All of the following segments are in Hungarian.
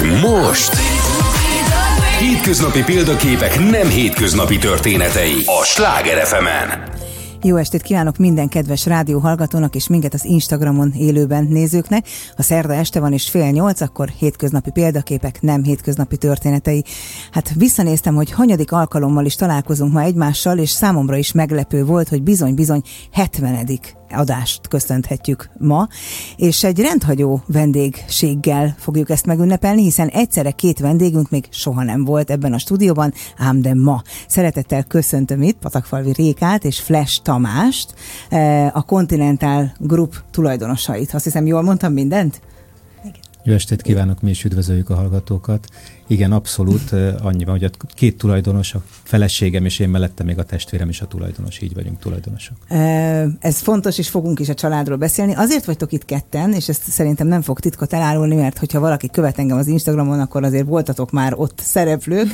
most hétköznapi példaképek nem hétköznapi történetei a Sláger FM-en. Jó estét kívánok minden kedves rádióhallgatónak és minket az Instagramon élőben nézőknek. Ha szerda este van és 7:30, akkor hétköznapi példaképek, nem hétköznapi történetei. Hát visszanéztem, hogy hanyadik alkalommal is találkozunk ma egymással, és számomra is meglepő volt, hogy bizony 70. adást köszönthetjük ma, és egy rendhagyó vendégséggel fogjuk ezt megünnepelni, hiszen egyszerre két vendégünk még soha nem volt ebben a stúdióban, ám de ma. Szeretettel köszöntöm itt Patakfalvi Rékát és Flash Tamást, a Continental Group tulajdonosait. Azt hiszem, jól mondtam mindent? Jó estét kívánok, mi is üdvözöljük a hallgatókat. Igen, abszolút annyi van, hogy a két tulajdonos, a feleségem és én mellette még a testvérem is a tulajdonos, így vagyunk tulajdonosok. Ez fontos, és fogunk is a családról beszélni. Azért vagytok itt ketten, és ezt szerintem nem fog titkot elárulni, mert hogyha valaki követ engem az Instagramon, akkor azért voltatok már ott szereplők.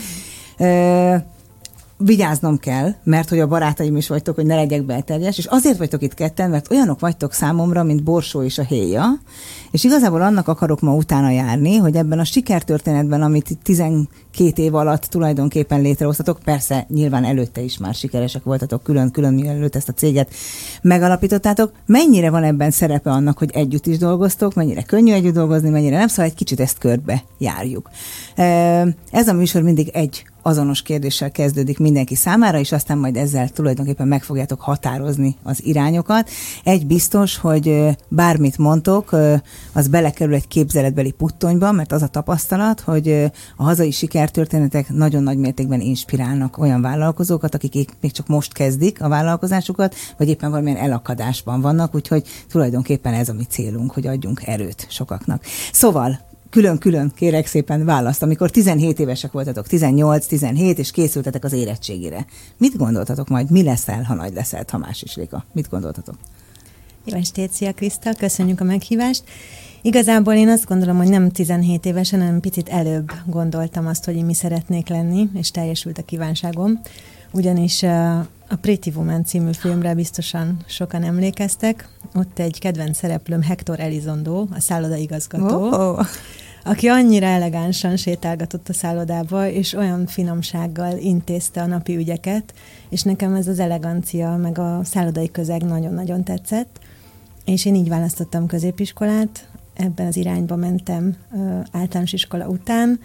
Vigyáznom kell, mert hogy a barátaim is vagytok, hogy ne legyek belterjes, és azért vagytok itt ketten, mert olyanok vagytok számomra, mint Borsó és a héja, és igazából annak akarok ma utána járni, hogy ebben a sikertörténetben, amit 12 év alatt tulajdonképpen létrehoztatok, persze nyilván előtte is már sikeresek voltatok, külön mielőtt ezt a céget megalapítottátok, mennyire van ebben szerepe annak, hogy együtt is dolgoztok, mennyire könnyű együtt dolgozni, mennyire nem, szóval egy kicsit ezt körbe járjuk. Ez a műsor mindig egy azonos kérdéssel kezdődik mindenki számára, és aztán majd ezzel tulajdonképpen meg fogjátok határozni az irányokat. Egy biztos, hogy bármit mondtok, az belekerül egy képzeletbeli puttonyba, mert az a tapasztalat, hogy a hazai sikertörténetek nagyon nagy mértékben inspirálnak olyan vállalkozókat, akik még csak most kezdik a vállalkozásukat, vagy éppen valamilyen elakadásban vannak, úgyhogy tulajdonképpen ez a mi célunk, hogy adjunk erőt sokaknak. Szóval külön-külön kérek szépen választ, amikor 17 évesek voltatok, 18-17, és készültetek az érettségére. Mit gondoltatok majd? Mi leszel, ha nagy leszel, Tamás és Réka? Mit gondoltatok? Jó estét, szia Kriszta, köszönjük a meghívást. Igazából én azt gondolom, hogy nem 17 évesen, hanem picit előbb gondoltam azt, hogy én mi szeretnék lenni, és teljesült a kívánságom. Ugyanis a Pretty Woman című filmre biztosan sokan emlékeztek. Ott egy kedvenc szereplőm Hector Elizondo, a szállodaigazgató, aki annyira elegánsan sétálgatott a szállodába, és olyan finomsággal intézte a napi ügyeket, és nekem ez az elegancia, meg a szállodai közeg nagyon-nagyon tetszett, és én így választottam középiskolát, ebben az irányba mentem általános iskola után,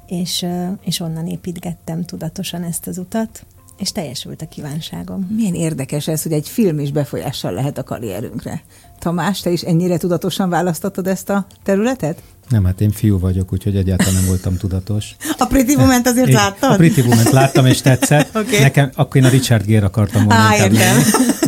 és onnan építgettem tudatosan ezt az utat, és teljesült a kívánságom. Milyen érdekes ez, hogy egy film is befolyással lehet a karrierünkre. Tamás, te is ennyire tudatosan választottad ezt a területet? Nem, hát én fiú vagyok, úgyhogy egyáltalán nem voltam tudatos. A Pretty Woman-t azért láttad? A Pretty Woman-t láttam, és tetszett. Okay. Nekem, akkor én a Richard Gere akartam volna inkább lenni.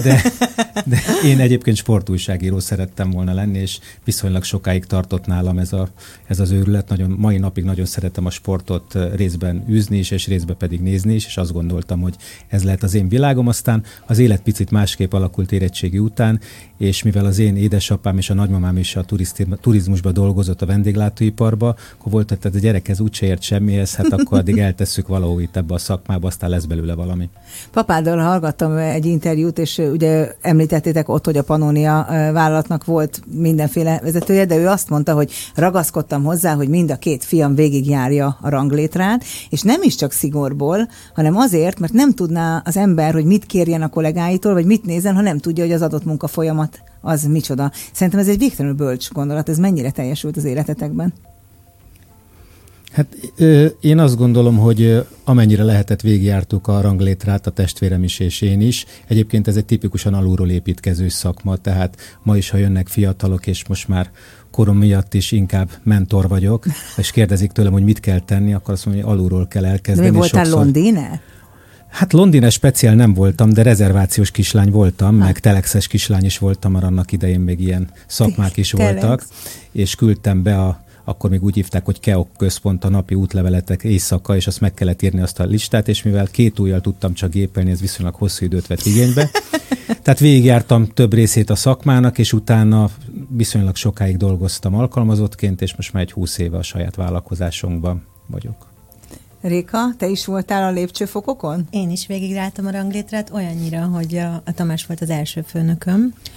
De én egyébként sportújságíró szerettem volna lenni, és viszonylag sokáig tartott nálam ez az őrület. Mai napig nagyon szeretem a sportot részben űzni is, és részben pedig nézni is, és azt gondoltam, hogy ez lehet az én világom. Aztán az élet picit másképp alakult érettségi után, és mivel az én édesapám és a nagymamám is a turizmusban dolgozott, a vendéglátóiparba, akkor volt, hogy a gyerek ez úgyse ért semmihez, hát akkor addig eltesszük valahol itt ebbe a szakmába, aztán lesz belőle valami. Papáddal hallgattam egy interjút, és ugye említettétek ott, hogy a Pannonia vállalatnak volt mindenféle vezetője, de ő azt mondta, hogy ragaszkodtam hozzá, hogy mind a két fiam végigjárja a ranglétrát, és nem is csak szigorból, hanem azért, mert nem tudná az ember, hogy mit kérjen a kollégáitól, vagy mit nézzen, ha nem tudja, hogy az adott munkafolyamat az micsoda. Szerintem ez egy végtelenül bölcs gondolat. Ez mennyire teljesült az életetekben? Hát én azt gondolom, hogy amennyire lehetett végigjártuk a ranglétrát, a testvérem is és én is. Egyébként ez egy tipikusan alulról építkező szakma, tehát ma is, ha jönnek fiatalok, és most már korom miatt is inkább mentor vagyok, és kérdezik tőlem, hogy mit kell tenni, akkor azt mondom, hogy alulról kell elkezdeni. De mi voltál Londine? Hát londines speciál nem voltam, de rezervációs kislány voltam, meg telexes kislány is voltam, mert annak idején még ilyen szakmák is voltak, és küldtem be akkor még úgy hívták, hogy KEOK központ, a napi útleveletek éjszaka, és azt meg kellett írni azt a listát, és mivel 2 ujjal tudtam csak gépelni, ez viszonylag hosszú időt vett igénybe. Tehát végigjártam több részét a szakmának, és utána viszonylag sokáig dolgoztam alkalmazottként, és most már egy 20 éve a saját vállalkozásunkban vagyok. Réka, te is voltál a lépcsőfokokon? Én is végigráltam a ranglétrát, olyannyira, hogy a Tamás volt az első főnököm.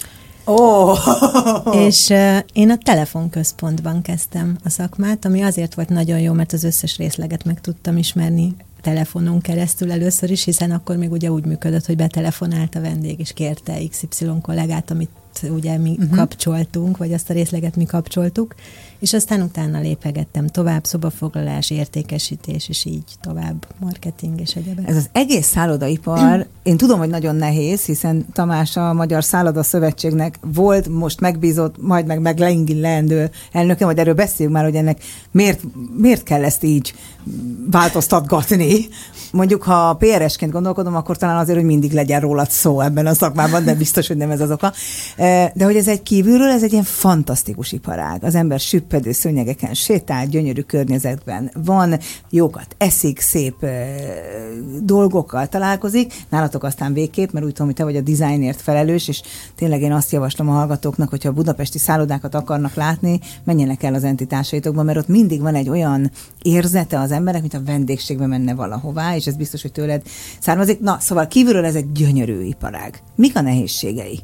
És én a telefonközpontban kezdtem a szakmát, ami azért volt nagyon jó, mert az összes részleget meg tudtam ismerni telefonon keresztül először is, hiszen akkor még ugye úgy működött, hogy betelefonált a vendég, és kérte XY kollégát, amit ugye mi kapcsoltunk, vagy azt a részleget mi kapcsoltuk, és aztán utána lépegettem tovább, szobafoglalás, értékesítés, és így tovább, marketing és egyebek. Ez az egész szállodaipar, én tudom, hogy nagyon nehéz, hiszen Tamás a Magyar Szálloda Szövetségnek volt, most megbízott, majd meg leendő elnöke, majd erről beszéljünk már, hogy ennek miért kell ezt így változtatgatni. Mondjuk, ha PRS-ként gondolkodom, akkor talán azért, hogy mindig legyen rólad szó ebben a szakmában, de biztos, hogy nem ez az oka. De hogy ez egy kívülről, ez egy ilyen fantasztikus iparág. Az ember süppedő szőnyegeken sétál, gyönyörű környezetben van, jókat eszik, szép dolgokkal találkozik. Nálatok aztán végképp, mert úgy tudom, hogy te vagy a dizájnért felelős, és tényleg én azt javaslom a hallgatóknak, hogyha a budapesti szállodákat akarnak látni, menjenek el az entitásaitokba, mert ott mindig van egy olyan érzete az emberek, mint a vendégségbe menne valahová, és ez biztos, hogy tőled származik. Na, szóval kívülről ez egy gyönyörű iparág. Mik a nehézségei?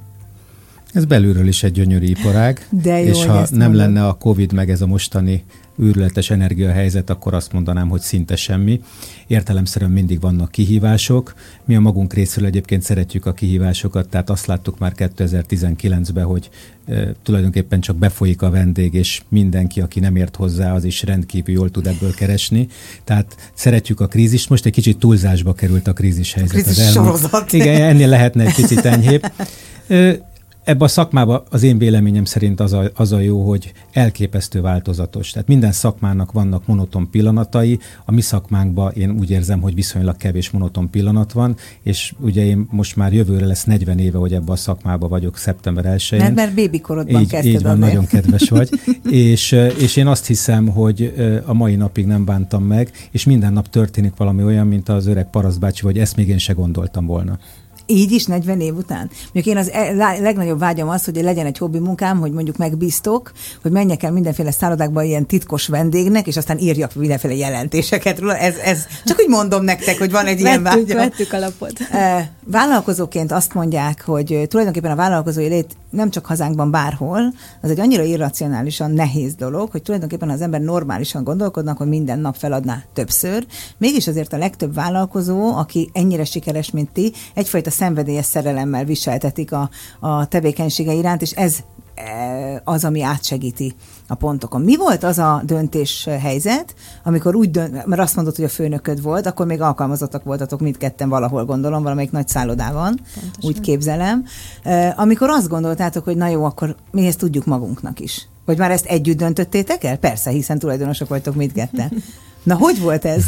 Ez belülről is egy gyönyörű iparág, de jó, és ha nem lenne a Covid meg ez a mostani őrületes energiahelyzet, akkor azt mondanám, hogy szinte semmi. Értelemszerűen mindig vannak kihívások. Mi a magunk részéről egyébként szeretjük a kihívásokat, tehát azt láttuk már 2019-ben, hogy tulajdonképpen csak befolyik a vendég, és mindenki, aki nem ért hozzá, az is rendkívül jól tud ebből keresni. Tehát szeretjük a krízist. Most egy kicsit túlzásba került a krízis helyzet. Krízis sorozat. Igen, ennél lehetne egy picit enyhébb. Ebben a szakmában az én véleményem szerint az a jó, hogy elképesztő változatos. Tehát minden szakmának vannak monoton pillanatai, a mi szakmánkban én úgy érzem, hogy viszonylag kevés monoton pillanat van, és ugye én most már jövőre lesz 40 éve, hogy ebben a szakmában vagyok szeptember 1-én. Mert bébikorodban kezdted. Így van, nagyon kedves vagy. és én azt hiszem, hogy a mai napig nem bántam meg, és minden nap történik valami olyan, mint az öreg parasztbácsi, hogy ezt még én se gondoltam volna. Így is 40 év után? Mondjuk én az legnagyobb vágyam az, hogy legyen egy hobbi munkám, hogy mondjuk megbíztok, hogy menjek el mindenféle szállodákba ilyen titkos vendégnek, és aztán írjak mindenféle jelentéseket róla. Ez csak úgy mondom nektek, hogy van egy ilyen vágyam. Vettük a lapot. Vállalkozóként azt mondják, hogy tulajdonképpen a vállalkozói lét nem csak hazánkban bárhol, az egy annyira irracionálisan nehéz dolog, hogy tulajdonképpen az ember normálisan gondolkodnak, hogy minden nap feladná többször. Mégis azért a legtöbb vállalkozó, aki ennyire sikeres, mint ti, egyfajta szenvedélyes szerelemmel viseltetik a tevékenysége iránt, és ez az, ami átsegíti a pontokon. Mi volt az a döntés helyzet, amikor mert azt mondod, hogy a főnököd volt, akkor még alkalmazottak voltatok mindketten valahol, gondolom, valamelyik nagy szállodában, pontosan. Úgy képzelem. Amikor azt gondoltátok, hogy na jó, akkor mi ezt tudjuk magunknak is. Vagy már ezt együtt döntöttétek el? Persze, hiszen tulajdonosok vagytok mindketten. Na, hogy volt ez?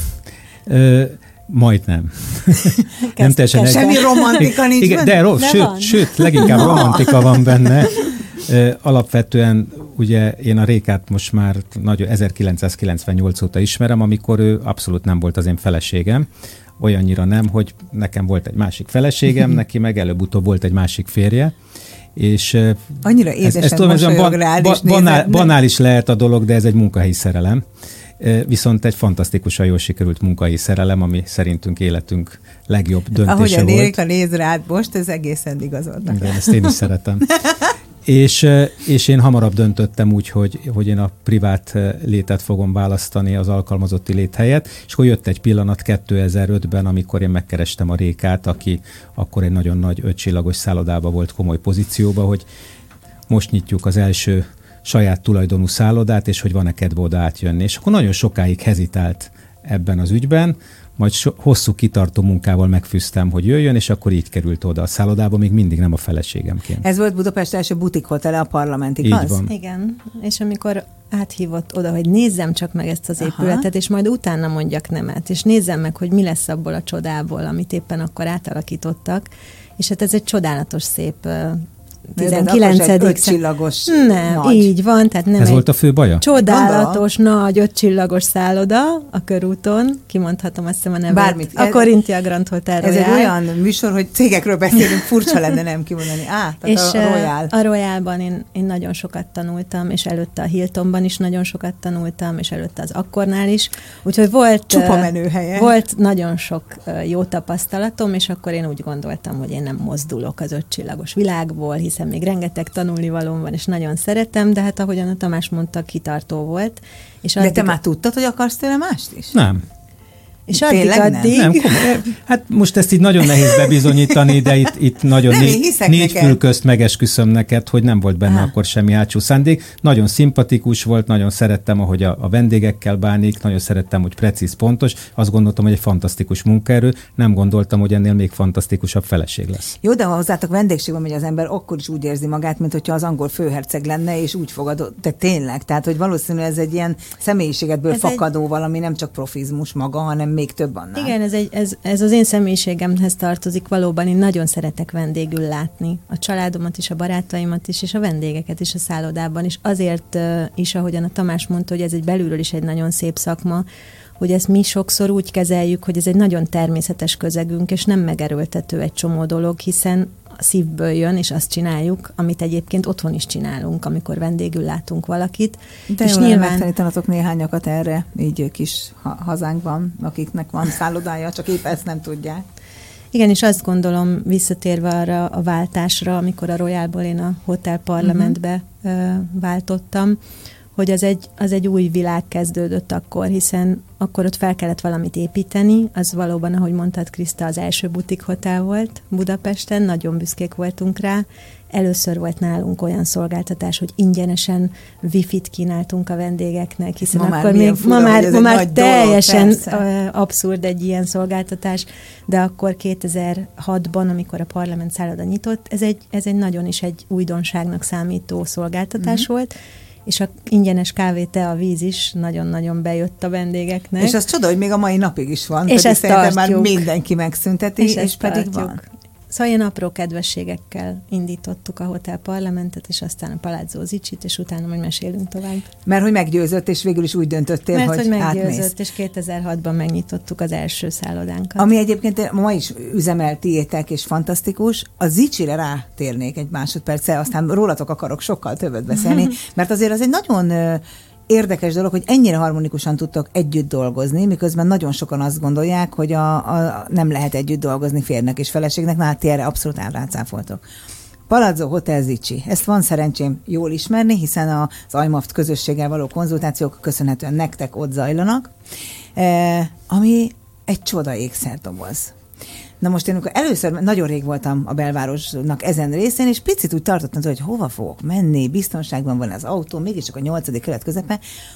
Majdnem. Nem teljesen semmi romantika nincs igen, benne? Sőt, leginkább romantika van benne. Alapvetően ugye én a Rékát most már 1998 óta ismerem, amikor ő abszolút nem volt az én feleségem. Olyannyira nem, hogy nekem volt egy másik feleségem, neki meg előbb-utóbb volt egy másik férje. És annyira édesen mosolyog rád is banális lehet a dolog, de ez egy munkahelyi szerelem. Viszont egy fantasztikusan jól sikerült munkai szerelem, ami szerintünk életünk legjobb döntése volt. Ahogy a Nérika néz rád most, ez egészen igazodnak. Igen, ezt én is szeretem. És én hamarabb döntöttem úgy, hogy én a privát létet fogom választani az alkalmazotti lét helyett, és akkor jött egy pillanat 2005-ben, amikor én megkerestem a Rékát, aki akkor egy nagyon nagy 5 csillagos szállodában volt komoly pozícióban, hogy most nyitjuk az első saját tulajdonú szállodát, és hogy van-e kedve oda átjönni. És akkor nagyon sokáig hezitált ebben az ügyben, majd hosszú kitartó munkával megfűztem, hogy jöjjön, és akkor így került oda a szállodába, még mindig nem a feleségemként. Ez volt Budapest első butik-hotele, a Parlamentig, így az? Van. Igen, és amikor áthívott oda, hogy nézzem csak meg ezt az épületet, és majd utána mondjak nemet, és nézzem meg, hogy mi lesz abból a csodából, amit éppen akkor átalakítottak, és hát ez egy csodálatos szép 19. csillagos. Nem, nagy. így van. Tehát nem ez volt a fő baja? Csodálatos, nagy 5 csillagos szálloda a körúton. Kimondhatom azt hiszem a nevet. Bármit. A Corinthia Grand Hotel Royal. Ez egy olyan műsor, hogy cégekről beszélünk, furcsa lenne nem kimondani. És a Royal. A Royalban én nagyon sokat tanultam, és előtte a Hiltonban is nagyon sokat tanultam, és előtte az Akkornál is. Úgyhogy volt... Csupa menőhelye. Volt nagyon sok jó tapasztalatom, és akkor én úgy gondoltam, hogy én nem mozdulok az 5 csillagos világból, hiszen hiszen még rengeteg tanulnivalóm van, és nagyon szeretem, de hát ahogyan a Tamás mondta, kitartó volt. És de te már tudtad, hogy akarsz tőle mást is? Nem. És addig... Nem, komoly. Hát most ezt így nagyon nehéz bebizonyítani, de itt nagyon négy fül közt megesküszöm neked, hogy nem volt benne akkor semmi átsú szándék. Nagyon szimpatikus volt, nagyon szerettem, ahogy a vendégekkel bánik, nagyon szerettem, hogy precíz, pontos. Azt gondoltam, hogy egy fantasztikus munkaerő. Nem gondoltam, hogy ennél még fantasztikusabb feleség lesz. Jó, de ha hozzátok vendégségben megy az ember, akkor is úgy érzi magát, mint hogyha az angol főherceg lenne, és úgy fogadott. De tényleg, tehát hogy valószínűleg ez egy ilyen személyiségedből fakadó valami, nem csak profizmus maga, hanem még több annál. Igen, ez az én személyiségemhez tartozik valóban. Én nagyon szeretek vendégül látni a családomat is, a barátaimat is, és a vendégeket is a szállodában. És azért is, ahogyan a Tamás mondta, hogy ez egy belülről is egy nagyon szép szakma, hogy ezt mi sokszor úgy kezeljük, hogy ez egy nagyon természetes közegünk, és nem megerőltető egy csomó dolog, hiszen a szívből jön, és azt csináljuk, amit egyébként otthon is csinálunk, amikor vendégül látunk valakit. De és nyilván megtanítanatok néhányakat erre, így kis hazánkban, akiknek van szállodája, csak épp ezt nem tudják. Igen, és azt gondolom, visszatérve arra a váltásra, amikor a Royalból én a Hotel Parlamentbe váltottam, hogy az egy új világ kezdődött akkor, hiszen akkor ott fel kellett valamit építeni, az valóban, ahogy mondtad, Kriszta, az első butik hotel volt Budapesten, nagyon büszkék voltunk rá. Először volt nálunk olyan szolgáltatás, hogy ingyenesen wifi-t kínáltunk a vendégeknek, hiszen ma már teljesen abszurd egy ilyen szolgáltatás, de akkor 2006-ban, amikor a Parlament szálloda nyitott, ez egy nagyon is egy újdonságnak számító szolgáltatás volt, és a ingyenes kávé, te, a víz is nagyon-nagyon bejött a vendégeknek. És az csoda, hogy még a mai napig is van. És ezt tartjuk. Már mindenki megszünteti, és pedig van. Szóval ilyen apró kedvességekkel indítottuk a Hotel Parlamentet, és aztán a Palazzo Zicsit, és utána majd mesélünk tovább. Mert hogy meggyőzött, és végül is úgy döntöttél, hogy meggyőzött, és 2006-ban megnyitottuk az első szállodánkat. Ami egyébként ma is üzemeltiétek, és fantasztikus. A Zicsire rátérnék egy másodperccel, aztán rólatok akarok sokkal többet beszélni, mert azért az egy nagyon érdekes dolog, hogy ennyire harmonikusan tudtok együtt dolgozni, miközben nagyon sokan azt gondolják, hogy nem lehet együtt dolgozni férnek és feleségnek, na hát ti erre abszolút rácáfoltok. Palazzo Hotel Zicsi. Ezt van szerencsém jól ismerni, hiszen az AIMAFT közösséggel való konzultációk köszönhetően nektek ott zajlanak, ami egy csoda ékszerdoboz. Na most én amikor először nagyon rég voltam a belvárosnak ezen részén, és picit úgy tartottam, hogy hova fogok menni, biztonságban van az autó, mégiscsak a 8. kerület közepén.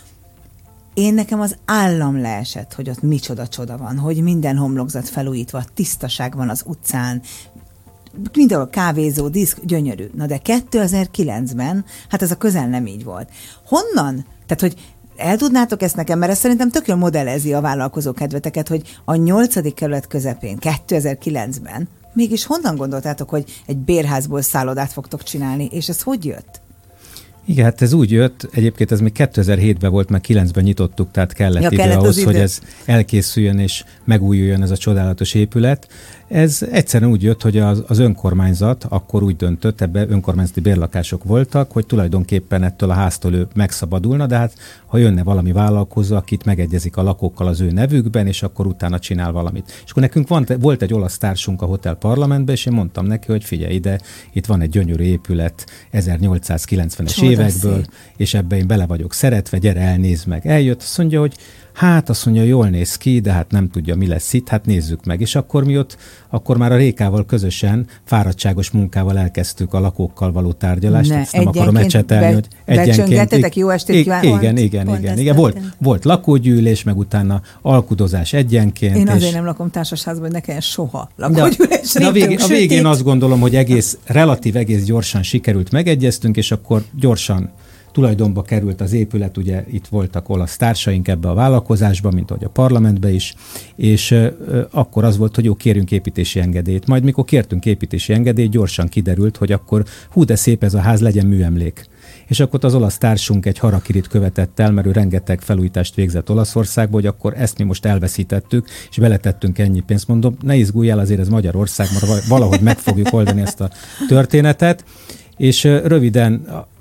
Nekem az állam leesett, hogy ott micsoda csoda van, hogy minden homlokzat felújítva, tisztaság van az utcán, mindenhol kávézó, diszk, gyönyörű. Na de 2009-ben, hát ez a közel nem így volt. Honnan? Tehát, hogy el tudnátok ezt nekem, mert ez szerintem tök jól modellezi a vállalkozó kedveteket, hogy a 8. kerület közepén, 2009-ben, mégis honnan gondoltátok, hogy egy bérházból szállodát fogtok csinálni, és ez hogy jött? Igen, hát ez úgy jött, egyébként ez még 2007-ben volt, mert 9-ben nyitottuk, tehát kellett idő ahhoz, hogy ez elkészüljön és megújuljon ez a csodálatos épület. Ez egyszerűen úgy jött, hogy az önkormányzat akkor úgy döntött, ebben önkormányzati bérlakások voltak, hogy tulajdonképpen ettől a háztól ő megszabadulna, de hát ha jönne valami vállalkozó, akit megegyezik a lakókkal az ő nevükben, és akkor utána csinál valamit. És akkor nekünk volt egy olasz társunk a Hotel Parlamentben, és én mondtam neki, hogy figyelj ide, itt van egy gyönyörű épület 1890-es évekből, és ebbe én bele vagyok szeretve, gyere elnézd meg. Eljött, azt mondja, hogy azt mondja, jól néz ki, de hát nem tudja, mi lesz itt, hát nézzük meg. És akkor mi ott, akkor már a Rékával közösen, fáradtságos munkával elkezdtük a lakókkal való tárgyalást. Nem akarom ecsetelni, hogy egyenként. Jó estét kívánok. Igen. Volt lakógyűlés, meg utána alkudozás egyenként. Én azért nem lakom társasházban, hogy ne kelljen soha lakógyűlés. A végén azt gondolom, hogy relatív egész gyorsan sikerült, megegyeztünk, és akkor gyorsan tulajdonba került az épület, ugye itt voltak olasz társaink ebbe a vállalkozásba, mint ahogy a parlamentbe is, és akkor az volt, hogy jó, kérjünk építési engedélyt. Majd mikor kértünk építési engedélyt, gyorsan kiderült, hogy akkor de szép ez a ház, legyen műemlék. És akkor az olasz társunk egy harakirit követett el, mert ő rengeteg felújítást végzett Olaszországba, hogy akkor ezt mi most elveszítettük, és beletettünk ennyi pénzt. Mondom, ne izguljál, azért ez Magyarország, mert valahogy meg fogjuk oldani ezt a történetet. És röviden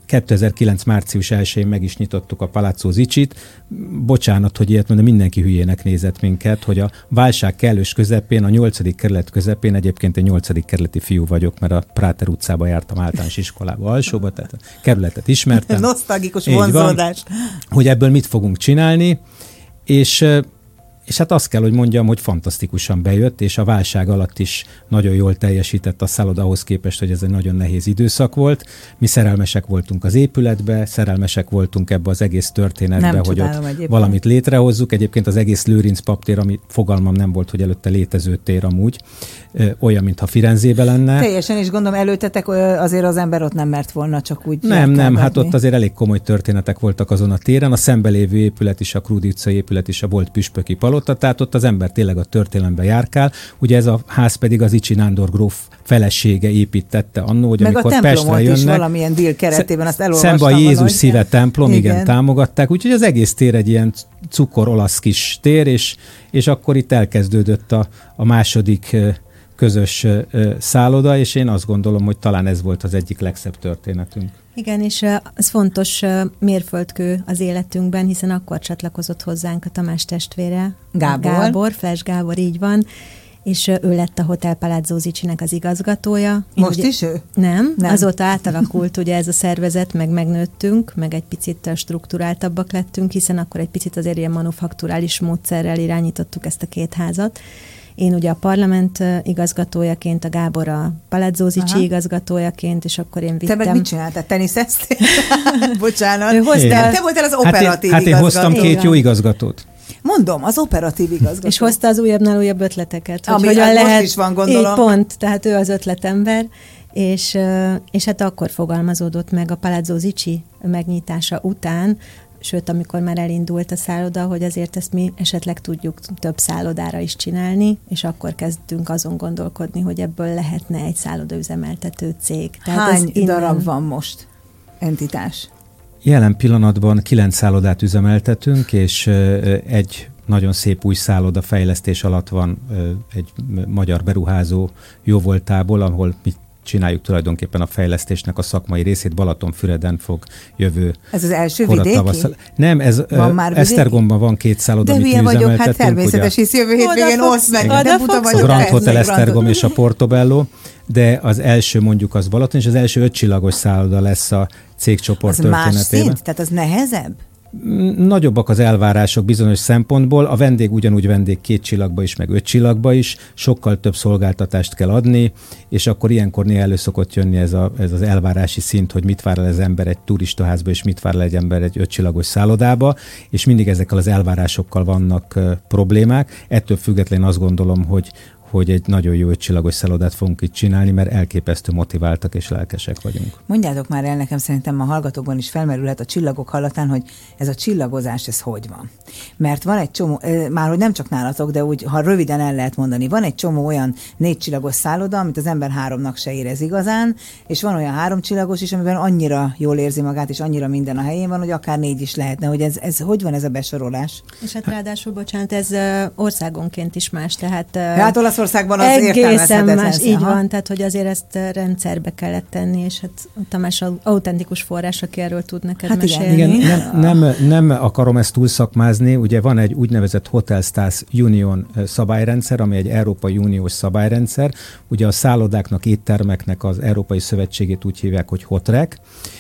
2009. március 1-én meg is nyitottuk a Palazzo Zicsit. Bocsánat, hogy ilyet mondom, mindenki hülyének nézett minket, hogy a válság kellős közepén, a 8. kerület közepén, egyébként egy 8. kerületi fiú vagyok, mert a Práter utcába jártam általános iskolába, alsóba, tehát a kerületet ismertem. Nosztalgikus vonzódás. Hogy ebből mit fogunk csinálni, és hát azt kell, hogy mondjam, hogy fantasztikusan bejött, és a válság alatt is nagyon jól teljesített a szálloda ahhoz képest, hogy ez egy nagyon nehéz időszak volt. Mi szerelmesek voltunk az épületbe, szerelmesek voltunk ebbe az egész történetbe, hogy ott valamit létrehozzuk. Egyébként az egész Lőrinc paptér, ami fogalmam nem volt, hogy előtte létező tér amúgy, olyan, mintha Firenzébe lenne. Teljesen is gondolom, előttetek azért az ember ott nem mert volna csak úgy. Nem, hát ott azért elég komoly történetek voltak azon a téren. A szembelévő épület is, a Krúdi utcai épület is, a volt püspöki palota, tehát ott az ember tényleg a történelembe járkál. Ugye ez a ház pedig az Icsi Nándor gróf felesége építette annó, hogy meg amikor Pestre jönnek. Is valamilyen deal keretében, azt elolvastam. Szembe a Jézus szíve templom, igen, támogatták. Úgyhogy az egész tér egy ilyen cukor olasz kis tér, és akkor itt elkezdődött a második közös szálloda, és én azt gondolom, hogy talán ez volt az egyik legszebb történetünk. Igen, és ez fontos mérföldkő az életünkben, hiszen akkor csatlakozott hozzánk a Tamás testvére. Gábor, Flash Gábor, így van, és ő lett a Hotel Palazzo Zicsinek az igazgatója. Most is ő? Nem, azóta átalakult ugye ez a szervezet, meg megnőttünk, meg egy picit strukturáltabbak lettünk, hiszen akkor egy picit azért ilyen manufakturális módszerrel irányítottuk ezt a két házat. Én ugye a parlament igazgatójaként, a Gábor a Palazzo Zicsi igazgatójaként, és akkor én vittem. Te meg mit csináltál? Teniszeztél? Bocsánat. Te voltál az igazgató. operatív Hát én hoztam két jó igazgatót. Mondom, az operatív igazgató. És hozta az újabbnál újabb ötleteket. Ami hogyan lehet, most is van, gondolom. Így pont, tehát ő az ötletember. És hát akkor fogalmazódott meg a Palazzo Zicsi megnyitása után, sőt, amikor már elindult a szálloda, hogy azért ezt mi esetleg tudjuk több szállodára is csinálni, és akkor kezdtünk azon gondolkodni, hogy ebből lehetne egy szállodaüzemeltető cég. Tehát hány darab van most entitás? Jelen pillanatban 9 szállodát üzemeltetünk, és egy nagyon szép új szálloda fejlesztés alatt van egy magyar beruházó Jóvoltából, ahol mi csináljuk tulajdonképpen a fejlesztésnek a szakmai részét. Balatonfüreden fog jövő. Ez az első vidéki? Nem, ez Esztergomban van 2 szálloda, amit üzemeltetünk. De hülye vagyok, hát természetes, hisz jövő hétvégén oszd meg. A Grand Hotel Esztergom és a Portobello, de az első mondjuk az Balaton, és az első 5 csillagos szálloda lesz a cégcsoport történetében. Az más szint? Tehát az nehezebb? Nagyobbak az elvárások bizonyos szempontból, a vendég ugyanúgy vendég 2 csillagba is, meg 5 csillagba is, sokkal több szolgáltatást kell adni, és akkor ilyenkor néha elő szokott jönni ez az elvárási szint, hogy mit vár el az ember egy turistaházba, és mit vár el egy ember egy 5 csillagos szállodába, és mindig ezekkel az elvárásokkal vannak problémák. Ettől függetlenül azt gondolom, hogy egy nagyon jó 5 csillagos szállodát fogunk itt csinálni, mert elképesztő motiváltak és lelkesek vagyunk. Mondjátok már el nekem, szerintem a hallgatókban is felmerülhet a csillagok hallatán, hogy ez a csillagozás, ez hogy van? Mert van egy csomó, már hogy nem csak nálatok, de úgy, ha röviden el lehet mondani, van egy csomó olyan 4 csillagos szálloda, amit az ember 3-nak se érez igazán, és van olyan 3 csillagos is, amiben annyira jól érzi magát, és annyira minden a helyén van, hogy akár 4 is lehetne, hogy ez hogy van ez a besorolás? És hát ráadásul, bocsánat, ez országonként is más, tehát... Hát Olaszországban az értelmezhetetlen. Más, így van, tehát hogy azért ezt rendszerbe kellett tenni, és hát Tamás autentikus forrás, aki erről tud neked mesélni. Igen, nem akarom ezt túlszakmázni, ugye van egy úgynevezett Hotel Stars Union szabályrendszer, ami egy Európai Uniós szabályrendszer, ugye a szállodáknak, éttermeknek az Európai Szövetségét úgy hívják, hogy HOTREC,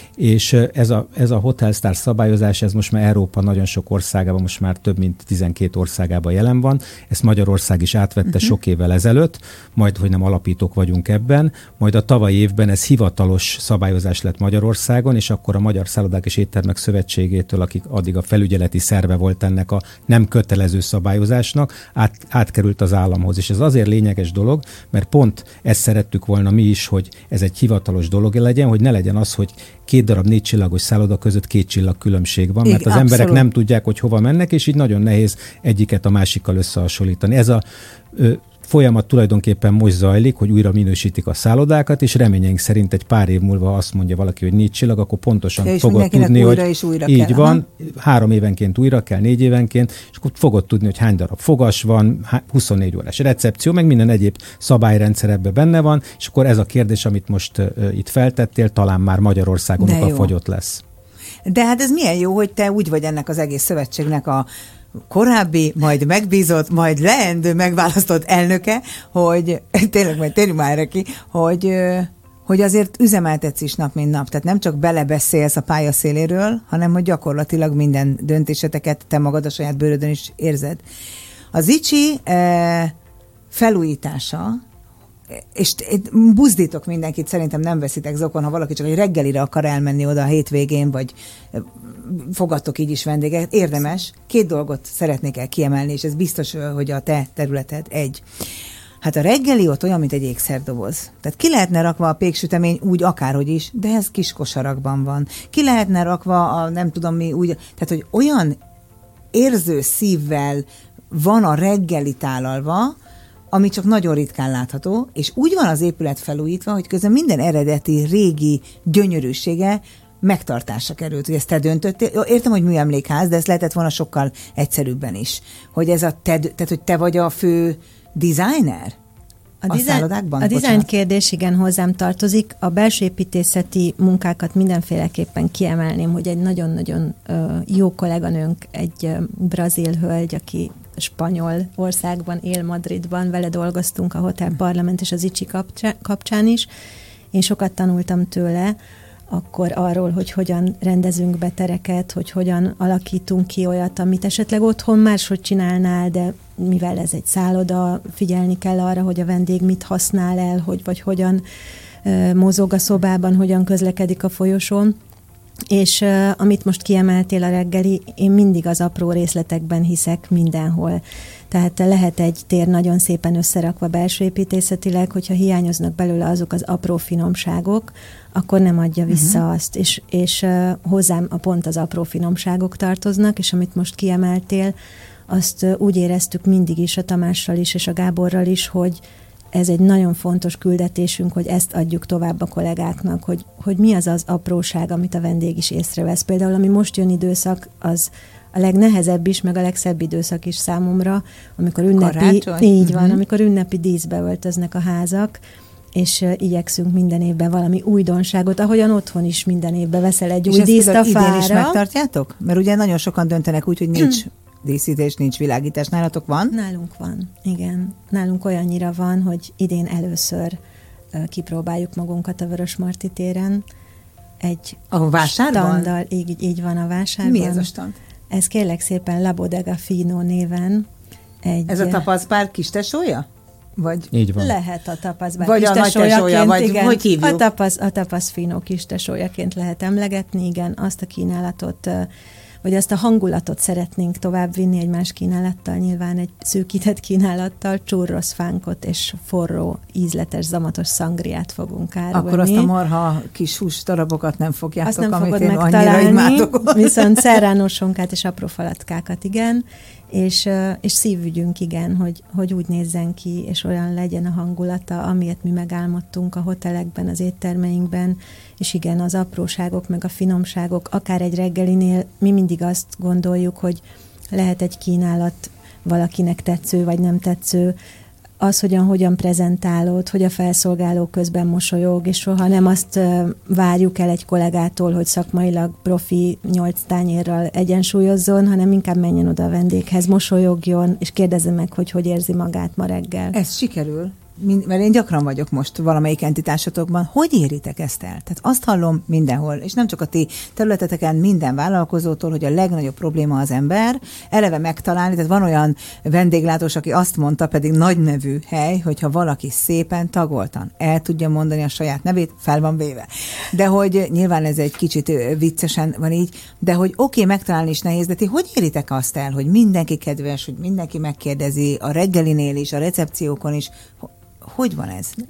és ez a Hotel Stars szabályozás, ez most már Európa nagyon sok országában, most már több mint 12 országában jelen van. Ezt Magyarország is átvette sok évvel ezelőtt, majd, hogy nem alapítók vagyunk ebben, majd a tavalyi évben ez hivatalos szabályozás lett Magyarországon, és akkor a Magyar Szállodák és Éttermek Szövetségétől, akik addig a felügyeleti szerve volt ennek a nem kötelező szabályozásnak, átkerült az államhoz. És ez azért lényeges dolog, mert pont ezt szerettük volna mi is, hogy ez egy hivatalos dolog legyen, hogy ne legyen az, hogy 2 darab 4 csillagos szálloda között 2 csillag különbség van, mert az emberek nem tudják, hogy hova mennek, és így nagyon nehéz egyiket a másikkal összehasonlítani. Ez a folyamat tulajdonképpen most zajlik, hogy újra minősítik a szállodákat, és reményeink szerint egy pár év múlva azt mondja valaki, hogy 4 csillag, akkor pontosan fogod tudni, hogy így van, 3 évenként újra kell, 4 évenként, és akkor fogod tudni, hogy hány darab fogas van, 24 órás recepció, meg minden egyéb szabályrendszer ebben benne van, és akkor ez a kérdés, amit most itt feltettél, talán már Magyarországon okafogyott lesz. De hát ez milyen jó, hogy te úgy vagy ennek az egész szövetségnek a korábbi, majd megbízott, majd leendő megválasztott elnöke, hogy tényleg majd térjünk már erre ki, hogy azért üzemeltetsz is nap, mint nap. Tehát nem csak belebeszélsz a pályaszéléről, hanem hogy gyakorlatilag minden döntéseteket te magad a saját bőrödön is érzed. Az ICSI felújítása, és buzdítok mindenkit, szerintem nem veszitek zokon, ha valaki csak egy reggelire akar elmenni oda a hétvégén, vagy fogadtok így is vendégeket, érdemes. 2 dolgot szeretnék el kiemelni, és ez biztos, hogy a te területed. 1. Hát a reggeli ott olyan, mint egy ékszerdoboz. Tehát ki lehetne rakva a péksütemény úgy akárhogy is, de ez kis kosarakban van. Ki lehetne rakva a nem tudom mi úgy, tehát hogy olyan érző szívvel van a reggeli tálalva, ami csak nagyon ritkán látható, és úgy van az épület felújítva, hogy közben minden eredeti, régi gyönyörűsége megtartásra került. Hogy ezt te döntöttél. Értem, hogy műemlékház, de ez lehetett volna sokkal egyszerűbben is. Hogy ez tehát, hogy te vagy a fő designer? A szállodákban? A design kérdés igen hozzám tartozik. A belső építészeti munkákat mindenféleképpen kiemelném, hogy egy nagyon-nagyon jó kolléganőnk, egy brazil hölgy, aki spanyol országban él, Madridban, vele dolgoztunk a Hotel Parlament és az ICSI kapcsán is. Én sokat tanultam tőle, akkor arról, hogy hogyan rendezünk be tereket, hogy hogyan alakítunk ki olyat, amit esetleg otthon máshogy csinálnál, de mivel ez egy szálloda, figyelni kell arra, hogy a vendég mit használ el, vagy hogyan mozog a szobában, hogyan közlekedik a folyosón. És amit most kiemeltél a reggeli, én mindig az apró részletekben hiszek mindenhol. Tehát lehet egy tér nagyon szépen összerakva belső építészetileg, hogyha hiányoznak belőle azok az apró finomságok, akkor nem adja vissza azt. És hozzám pont az apró finomságok tartoznak, és amit most kiemeltél, azt úgy éreztük mindig is, a Tamással is, és a Gáborral is, hogy ez egy nagyon fontos küldetésünk, hogy ezt adjuk tovább a kollégáknak, hogy mi az az apróság, amit a vendég is észrevesz. Például, ami most jön időszak, az a legnehezebb is, meg a legszebb időszak is számomra, amikor ünnepi, így van, amikor ünnepi díszbe öltöznek a házak, és igyekszünk minden évben valami újdonságot, ahogyan otthon is minden évben veszel egy új díszt a fára. Idén is megtartjátok? Mert ugye nagyon sokan döntenek úgy, hogy nincs díszítés, nincs világítás. Nálatok van? Nálunk van, igen. Nálunk olyannyira van, hogy idén először kipróbáljuk magunkat a Vörösmarty téren. A vásárban? Standal, így van a vásárban. Mi ez a stand? Ez kérlek szépen La Bodega Fino néven. Ez a tapaszbár kistesója? Vagy így van. Lehet a tapaszbár vagy kistesójaként, vagy igen. Hogy hívjuk? A tapasz fino kistesójaként lehet emlegetni, igen. Azt a kínálatot, vagy azt a hangulatot szeretnénk továbbvinni egy más kínálattal, nyilván egy szűkített kínálattal, churros fánkot és forró, ízletes, zamatos szangriát fogunk árulni. Akkor azt a marha kis hús darabokat nem fogjátok, azt nem amit fogod én megtalálni, annyira imádok. Viszont serrano sonkát és apró falatkákat, igen, és szívügyünk, igen, hogy úgy nézzen ki, és olyan legyen a hangulata, amilyet mi megálmodtunk a hotelekben, az éttermeinkben, és igen, az apróságok, meg a finomságok, akár egy reggelinél, mi mindig azt gondoljuk, hogy lehet egy kínálat valakinek tetsző, vagy nem tetsző, az, hogyan prezentálod, hogy a felszolgáló közben mosolyog, és soha nem azt várjuk el egy kollégától, hogy szakmailag profi 8 tányérral egyensúlyozzon, hanem inkább menjen oda a vendéghez, mosolyogjon, és kérdezze meg, hogy érzi magát ma reggel. Ez sikerül? Mert én gyakran vagyok most valamelyik entitásotokban. Hogy éritek ezt el? Tehát azt hallom mindenhol, és nem csak a ti területeteken, minden vállalkozótól, hogy a legnagyobb probléma az ember, eleve megtalálni, tehát van olyan vendéglátós, aki azt mondta, pedig nagy nevű hely, hogyha valaki szépen tagoltan el tudja mondani a saját nevét, fel van véve. De hogy nyilván ez egy kicsit viccesen van így, de hogy oké, megtalálni is nehéz, de ti hogy éritek azt el, hogy mindenki kedves, hogy mindenki megkérdezi a reggelinél is, a recepciókon is, hogy van ez?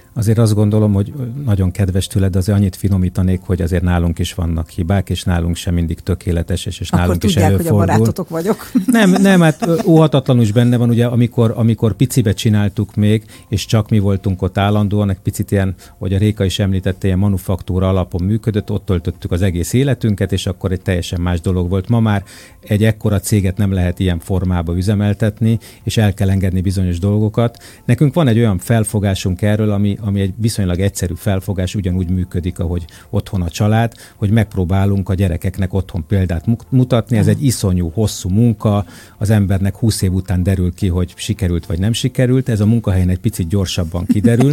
Azért azt gondolom, hogy nagyon kedves tőled, de azért annyit finomítanék, hogy azért nálunk is vannak hibák, és nálunk sem mindig tökéletes, és akkor nálunk tudják, is előfordul. hogy a barátotok vagyok. Nem, hát óhatatlanul is benne van, ugye, amikor picibe csináltuk még, és csak mi voltunk ott állandóan, egy picit ilyen, hogy a Réka is említette, ilyen manufaktúra alapon működött, ott töltöttük az egész életünket, és akkor egy teljesen más dolog volt. Ma már egy ekkora céget nem lehet ilyen formába üzemeltetni, és el kell engedni bizonyos dolgokat. Nekünk van egy olyan felfogásunk erről, ami egy viszonylag egyszerű felfogás, ugyanúgy működik, ahogy otthon a család, hogy megpróbálunk a gyerekeknek otthon példát mutatni. Ez egy iszonyú, hosszú munka, az embernek 20 év után derül ki, hogy sikerült vagy nem sikerült, ez a munkahelyen egy picit gyorsabban kiderül.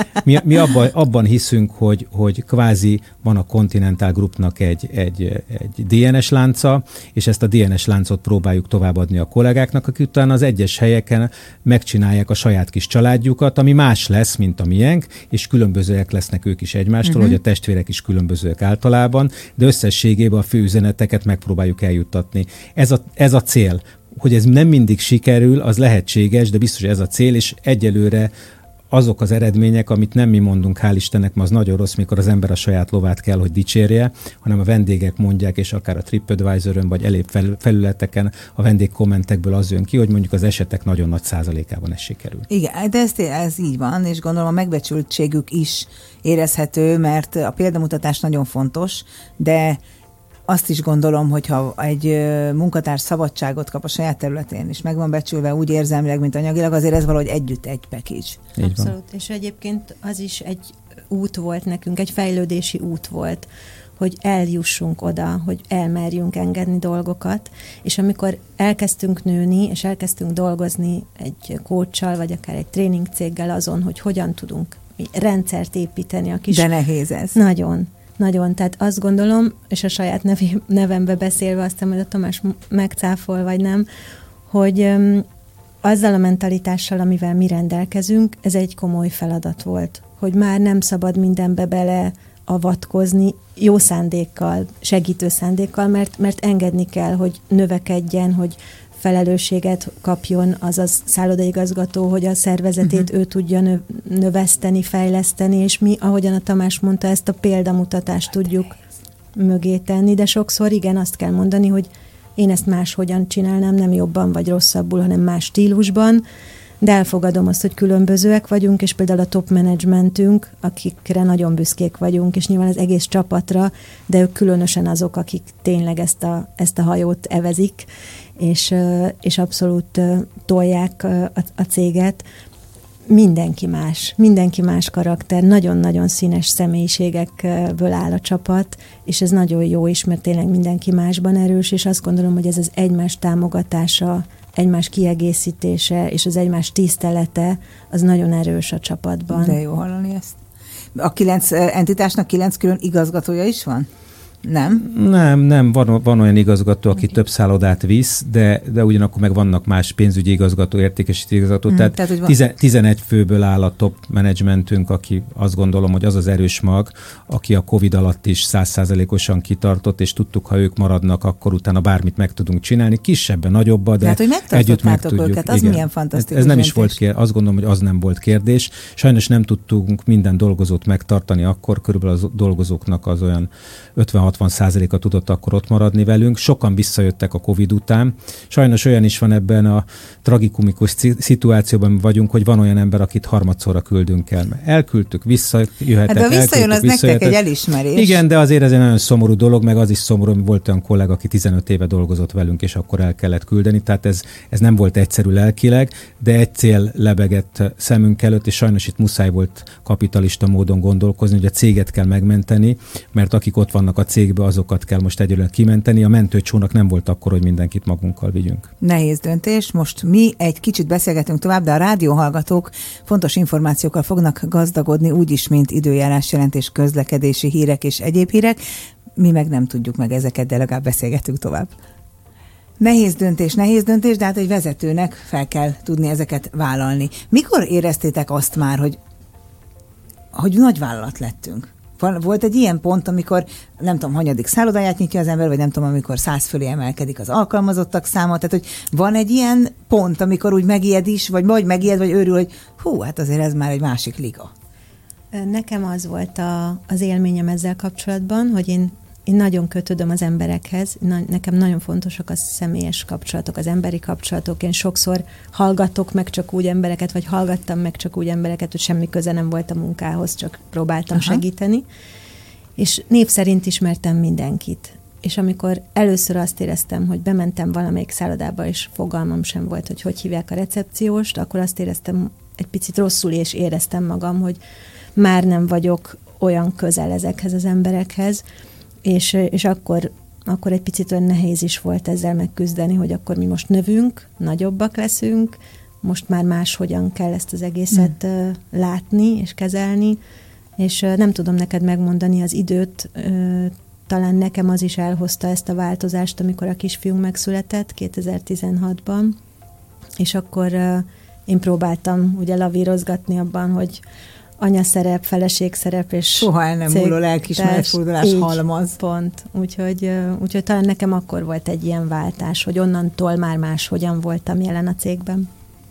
Mi abban hiszünk, hogy kvázi van a Continental Groupnak egy DNS lánca, és ezt a DNS láncot próbáljuk továbbadni a kollégáknak, akik utána az egyes helyeken megcsinálják a saját kis családjukat, ami más lesz, mint a miénk, és különbözőek lesznek ők is egymástól, hogy a testvérek is különbözőek általában, de összességében a fő üzeneteket megpróbáljuk eljuttatni. Ez a cél. Hogy ez nem mindig sikerül, az lehetséges, de biztos, hogy ez a cél, és egyelőre azok az eredmények, amit nem mi mondunk, hál' Istennek, ma az nagyon rossz, mikor az ember a saját lovát kell, hogy dicsérje, hanem a vendégek mondják, és akár a TripAdvisor-ön, vagy elébb felületeken, a vendégkommentekből az jön ki, hogy mondjuk az esetek nagyon nagy százalékában ez sikerül. Igen, de ez így van, és gondolom a megbecsültségük is érezhető, mert a példamutatás nagyon fontos, de azt is gondolom, hogyha egy munkatárs szabadságot kap a saját területén, és meg van becsülve úgy érzelmileg, mint anyagilag, azért ez valahogy együtt egy package. Abszolút, és egyébként az is egy út volt nekünk, egy fejlődési út volt, hogy eljussunk oda, hogy elmerjünk engedni dolgokat, és amikor elkezdtünk nőni, és elkezdtünk dolgozni egy coachsal, vagy akár egy tréning céggel azon, hogy hogyan tudunk rendszert építeni a kis... De nehéz ez. Nagyon, tehát azt gondolom, és a saját nevembe beszélve, aztán majd a Tamás megcáfol, vagy nem, hogy azzal a mentalitással, amivel mi rendelkezünk, ez egy komoly feladat volt, hogy már nem szabad mindenbe bele avatkozni jó szándékkal, segítő szándékkal, mert engedni kell, hogy növekedjen, hogy felelősséget kapjon az a szállodaigazgató, hogy a szervezetét ő tudja növeszteni, fejleszteni, és mi, ahogyan a Tamás mondta, ezt a példamutatást tudjuk mögé tenni, de sokszor igen, azt kell mondani, hogy én ezt máshogyan csinálnám, nem jobban vagy rosszabbul, hanem más stílusban, de elfogadom azt, hogy különbözőek vagyunk, és például a top managementünk, akikre nagyon büszkék vagyunk, és nyilván az egész csapatra, de ők különösen azok, akik tényleg ezt a hajót evezik, és abszolút tolják a céget. Mindenki más karakter, nagyon-nagyon színes személyiségekből áll a csapat, és ez nagyon jó is, mert tényleg mindenki másban erős, és azt gondolom, hogy ez az egymás támogatása, egymás kiegészítése és az egymás tisztelete, az nagyon erős a csapatban. De jó hallani ezt. A 9 entitásnak 9 külön igazgatója is van? Nem. Van olyan igazgató, aki több szállodát visz, de ugyanakkor meg vannak más pénzügyi igazgató, értékesítő igazgató. Tehát 11 főből áll a top managementünk, aki azt gondolom, hogy az az erős mag, aki a Covid alatt is 100%-osan kitartott, és tudtuk, ha ők maradnak, akkor utána bármit meg tudunk csinálni. Kisebben, nagyobban, de együtt meg tudjuk. Őket, az milyen fantasztikus. Ez nem is volt kérdés. Azt gondolom, hogy az nem volt kérdés. Sajnos nem tudtunk minden dolgozót megtartani akkor, körülbelül a dolgozóknak az olyan 50-60%-a tudott akkor ott maradni velünk. Sokan visszajöttek a Covid után. Sajnos olyan is van ebben a tragikumikus szituációban vagyunk, hogy van olyan ember, akit harmadszorra küldünk el. Elküldtük, visszajöhetek. De visszajön, az nektek egy elismerés. Igen, de azért ez egy nagyon szomorú dolog, meg az is szomorú, hogy volt olyan kollega, aki 15 éve dolgozott velünk, és akkor el kellett küldeni. Tehát ez nem volt egyszerű lelkileg, de egy cél lebegett szemünk előtt, és sajnos itt muszáj volt kapitalista módon gondolkozni, hogy a céget kell megmenteni, mert akik ott vannak a cégbe, azokat kell most egyelőre kimenteni. A mentőcsónak nem volt akkor, hogy mindenkit magunkkal vigyünk. Nehéz döntés. Most mi egy kicsit beszélgetünk tovább, de a rádióhallgatók fontos információkkal fognak gazdagodni, úgyis, mint időjárásjelentés, közlekedési hírek és egyéb hírek. Mi meg nem tudjuk meg ezeket, de legalább beszélgetünk tovább. Nehéz döntés, de hát egy vezetőnek fel kell tudni ezeket vállalni. Mikor éreztétek azt már, hogy nagyvállalat lettünk? Volt egy ilyen pont, amikor nem tudom, hanyadik szállodáját nyitja az ember, vagy nem tudom, amikor 100 fölé emelkedik az alkalmazottak száma, tehát hogy van egy ilyen pont, amikor úgy megijed is, vagy megijed, vagy őrül, hogy hú, hát azért ez már egy másik liga. Nekem az volt az élményem ezzel kapcsolatban, hogy én nagyon kötődöm az emberekhez, nekem nagyon fontosak a személyes kapcsolatok, az emberi kapcsolatok. Én sokszor hallgatok meg csak úgy embereket, vagy hallgattam meg csak úgy embereket, hogy semmi köze nem volt a munkához, csak próbáltam segíteni. És név szerint ismertem mindenkit. És amikor először azt éreztem, hogy bementem valamelyik szállodába, és fogalmam sem volt, hogy hívják a recepcióst, akkor azt éreztem egy picit rosszul, és éreztem magam, hogy már nem vagyok olyan közel ezekhez az emberekhez, és akkor egy picit olyan nehéz is volt ezzel megküzdeni, hogy akkor mi most növünk, nagyobbak leszünk, most már máshogyan kell ezt az egészet látni és kezelni, és nem tudom neked megmondani az időt, talán nekem az is elhozta ezt a változást, amikor a kisfiunk megszületett 2016-ban, és akkor én próbáltam ugye lavírozgatni abban, hogy anyaszerep, feleségszerep és soha el nem múló lelkiismeretfordulás halmaz. Pont. Úgyhogy talán nekem akkor volt egy ilyen váltás, hogy onnantól már máshogyan voltam jelen a cégben.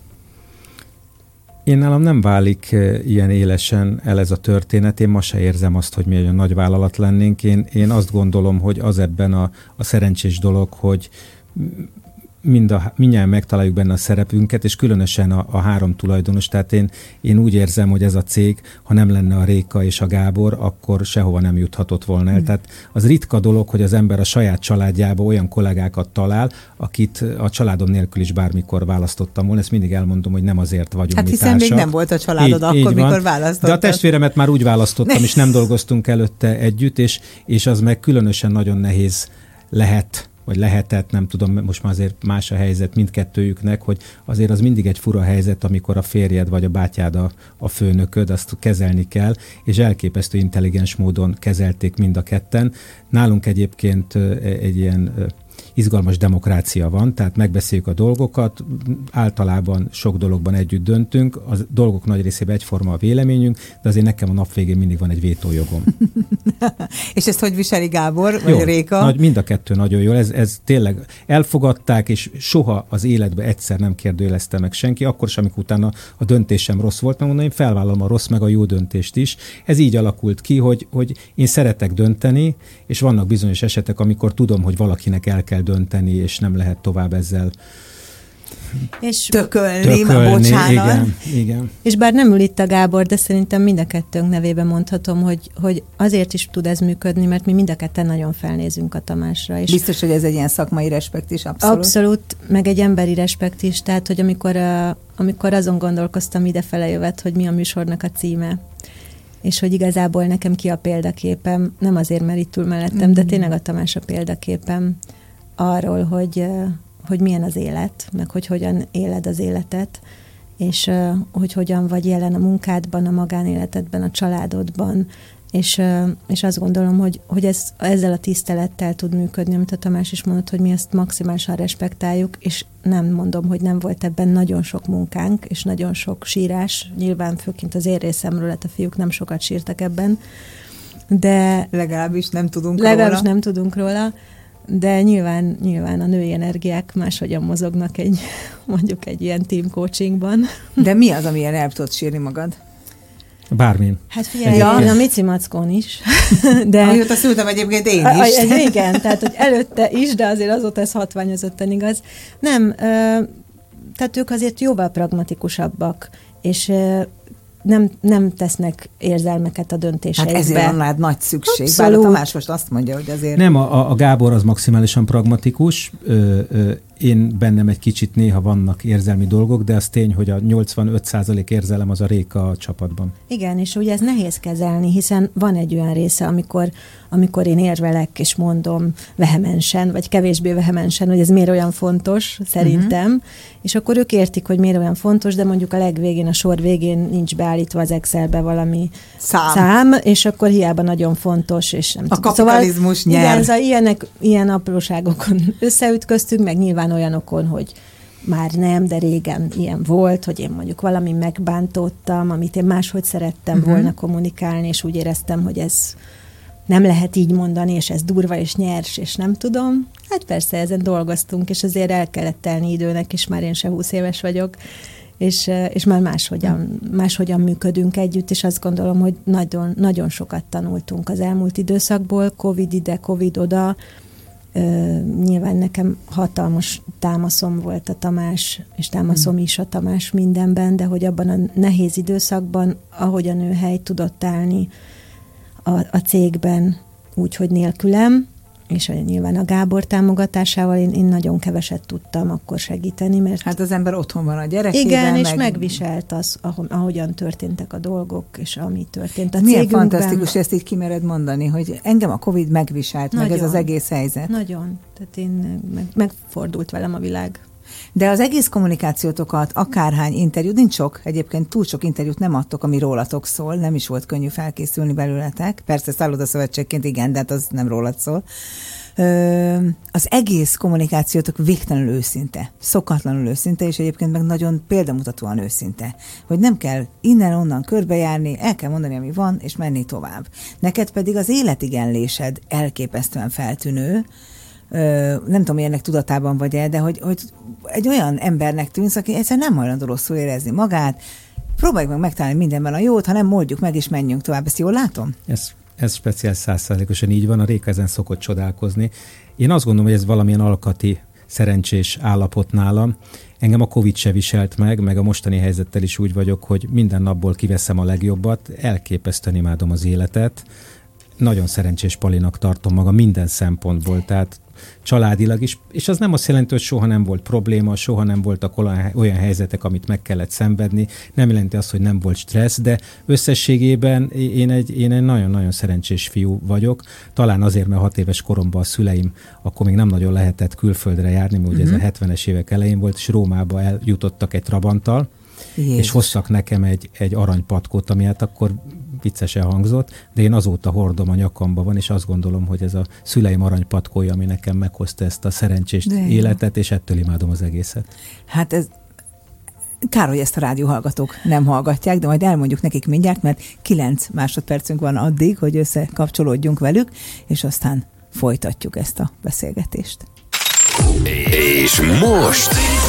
Én nálam nem válik ilyen élesen el ez a történet. Én ma se érzem azt, hogy mi egy nagy vállalat lennénk. Én azt gondolom, hogy az ebben a szerencsés dolog, hogy mindjárt megtaláljuk benne a szerepünket, és különösen a három tulajdonos. Tehát én úgy érzem, hogy ez a cég, ha nem lenne a Réka és a Gábor, akkor sehova nem juthatott volna el. Tehát az ritka dolog, hogy az ember a saját családjába olyan kollégákat talál, akit a családom nélkül is bármikor választottam volna. Ezt mindig elmondom, hogy nem azért vagyunk mi hiszen társak. még nem volt a családod akkor, mikor választottad. De a testvéremet már úgy választottam, és nem dolgoztunk előtte együtt, és az meg különösen nagyon nehéz lehetett, nem tudom, most már azért más a helyzet mindkettőjüknek, hogy azért az mindig egy fura helyzet, amikor a férjed vagy a bátyád a főnököd, azt kezelni kell, és elképesztő intelligens módon kezelték mind a ketten. Nálunk egyébként egy ilyen izgalmas demokrácia van, tehát megbeszéljük a dolgokat, általában sok dologban együtt döntünk, a dolgok nagy részében egyforma a véleményünk, de azért nekem a nap végén mindig van egy vétójogom. És ezt hogy viseli Gábor, vagy jó, Réka? Mind a kettő nagyon jól, ez tényleg elfogadták, és soha az életben egyszer nem kérdőjelezte meg senki, akkor sem, amikor utána a döntésem rossz volt, mert mondom, én felvállalom a rossz meg a jó döntést is. Ez így alakult ki, hogy én szeretek dönteni, és vannak bizonyos esetek, amikor tudom, hogy valakinek el kell dönteni, és nem lehet tovább ezzel és tökölni, bocsánat. Igen. És bár nem ül itt a Gábor, de szerintem mind a kettőnk nevében mondhatom, hogy azért is tud ez működni, mert mi mind a ketten nagyon felnézünk a Tamásra. És biztos, hogy ez egy ilyen szakmai respekt is, abszolút. Abszolút, meg egy emberi respekt is, tehát, hogy amikor azon gondolkoztam idefele jövet, hogy mi a műsornak a címe, és hogy igazából nekem ki a példaképem, nem azért, mert itt ül mellettem, de tényleg a Tamás a példaképem arról, hogy milyen az élet, meg hogy hogyan éled az életet, és hogy hogyan vagy jelen a munkádban, a magánéletedben, a családodban, és azt gondolom, hogy ez ezzel a tisztelettel tud működni, amit a Tamás is mondott, hogy mi ezt maximálisan respektáljuk, és nem mondom, hogy nem volt ebben nagyon sok munkánk, és nagyon sok sírás, nyilván főként az én részemről, a fiúk nem sokat sírtak ebben, de legalábbis nem tudunk róla. De nyilván a női energiák máshogyan mozognak mondjuk egy ilyen team coachingban. De mi az, amilyen el tudod sírni magad? Bármin. Hát figyelj, a Mici Mackón is. De amióta szültem egyébként én is. Igen, tehát hogy előtte is, de azért azóta ez hatványozottan igaz. Nem, tehát ők azért jóval pragmatikusabbak, és nem tesznek érzelmeket a döntéseikbe. Hát ezért van rád nagy szükség. Abszolút. Bár a Tamás most azt mondja, hogy azért... Nem, a Gábor az maximálisan pragmatikus. Én bennem egy kicsit néha vannak érzelmi dolgok, de az tény, hogy a 85% érzelem az a Réka a csapatban. Igen, és ugye ez nehéz kezelni, hiszen van egy olyan része, amikor én érvelek és mondom vehemensen, vagy kevésbé vehemensen, hogy ez miért olyan fontos, szerintem, és akkor ők értik, hogy miért olyan fontos, de mondjuk a legvégén, a sor végén nincs beállítva az Excelbe valami szám, és akkor hiába nagyon fontos, és nem tudom. Kapitalizmus nyer. Igen, ilyen apróságokon összeütköztünk, meg nyilván olyanokon, hogy már nem, de régen ilyen volt, hogy én mondjuk valami megbántottam, amit én máshogy szerettem volna kommunikálni, és úgy éreztem, hogy ez nem lehet így mondani, és ez durva és nyers, és nem tudom. Hát persze ezen dolgoztunk, és azért el kellett telni időnek, és már én se 20 éves vagyok, és már máshogyan működünk együtt, és azt gondolom, hogy nagyon, nagyon sokat tanultunk az elmúlt időszakból, Covid ide, Covid oda. Nyilván nekem hatalmas támaszom volt a Tamás, és támaszom is a Tamás mindenben, de hogy abban a nehéz időszakban, ahogyan ő helyt tudott állni a cégben, úgyhogy nélkülem, és nyilván a Gábor támogatásával én nagyon keveset tudtam akkor segíteni, mert... Hát az ember otthon van a gyerekével. Igen, és megviselt az, ahogyan történtek a dolgok, és ami történt a milyen cégünkben. fantasztikus, hogy ezt így kimered mondani, hogy engem a Covid megviselt, nagyon, meg ez az egész helyzet. Nagyon. Tehát én megfordult velem a világ. De az egész kommunikációtokat, akárhány interjút, nincs sok, egyébként túl sok interjút nem adtok, ami rólatok szól, nem is volt könnyű felkészülni belőletek. Persze szállodaszövetségként igen, de hát az nem rólad szól. Az egész kommunikációtok végtelenül őszinte, szokatlanul őszinte, és egyébként meg nagyon példamutatóan őszinte. Hogy nem kell innen-onnan körbejárni, el kell mondani, ami van, és menni tovább. Neked pedig az életigenlésed elképesztően feltűnő, nem tudom, hogy ennek tudatában vagy-e, de hogy egy olyan embernek tűnsz, aki egyszerűen nem hajlandó rosszul érezni magát, próbáljuk meg megtalálni mindenben a jót, ha nem moldjuk meg, és menjünk tovább. Ezt jól látom? Ez speciális 100%-osan így van, a Réka ezen szokott csodálkozni. Én azt gondolom, hogy ez valamilyen alkati, szerencsés állapot nálam. Engem a Covid se viselt meg a mostani helyzettel is úgy vagyok, hogy minden napból kiveszem a legjobbat, elképesztően imádom az életet. Nagyon szerencsés palinak tartom magam minden szempontból, tehát családilag is, és az nem azt jelenti, hogy soha nem volt probléma, soha nem voltak olyan helyzetek, amit meg kellett szenvedni, nem jelenti azt, hogy nem volt stressz, de összességében én egy nagyon-nagyon szerencsés fiú vagyok, talán azért, mert 6 éves koromban a szüleim akkor még nem nagyon lehetett külföldre járni, mert ugye ez a 70-es évek elején volt, és Rómába eljutottak egy Trabanttal, Jézus. És hoztak nekem egy aranypatkót, ami hát akkor viccesen hangzott, de én azóta hordom, a nyakamba van, és azt gondolom, hogy ez a szüleim aranypatkója, ami nekem meghozta ezt a szerencsés életet, és ettől imádom az egészet. Hát ez kár, hogy ezt a rádióhallgatók nem hallgatják, de majd elmondjuk nekik mindjárt, mert 9 másodpercünk van addig, hogy összekapcsolódjunk velük, és aztán folytatjuk ezt a beszélgetést. És most...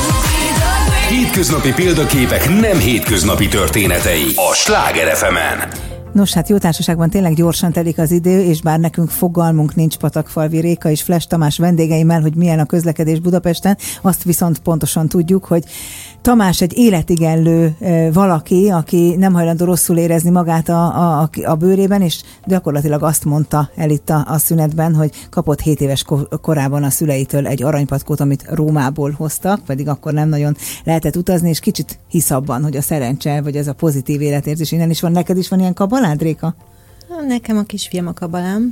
Hétköznapi példaképek nem hétköznapi történetei a Sláger FM-en. Nos, hát jó társaságban tényleg gyorsan telik az idő, és bár nekünk fogalmunk nincs Patakfalvi Réka és Fles Tamás vendégeimmel, hogy milyen a közlekedés Budapesten, azt viszont pontosan tudjuk, hogy Tamás egy életigenlő valaki, aki nem hajlandó rosszul érezni magát a bőrében, és gyakorlatilag azt mondta el itt a szünetben, hogy kapott 7 éves korában a szüleitől egy aranypatkót, amit Rómából hoztak, pedig akkor nem nagyon lehetett utazni, és kicsit hisz abban, hogy a szerencse, vagy ez a pozitív életérzés innen is van. Neked is van ilyen kabalád, Réka? Nekem a kisfiam a kabalám,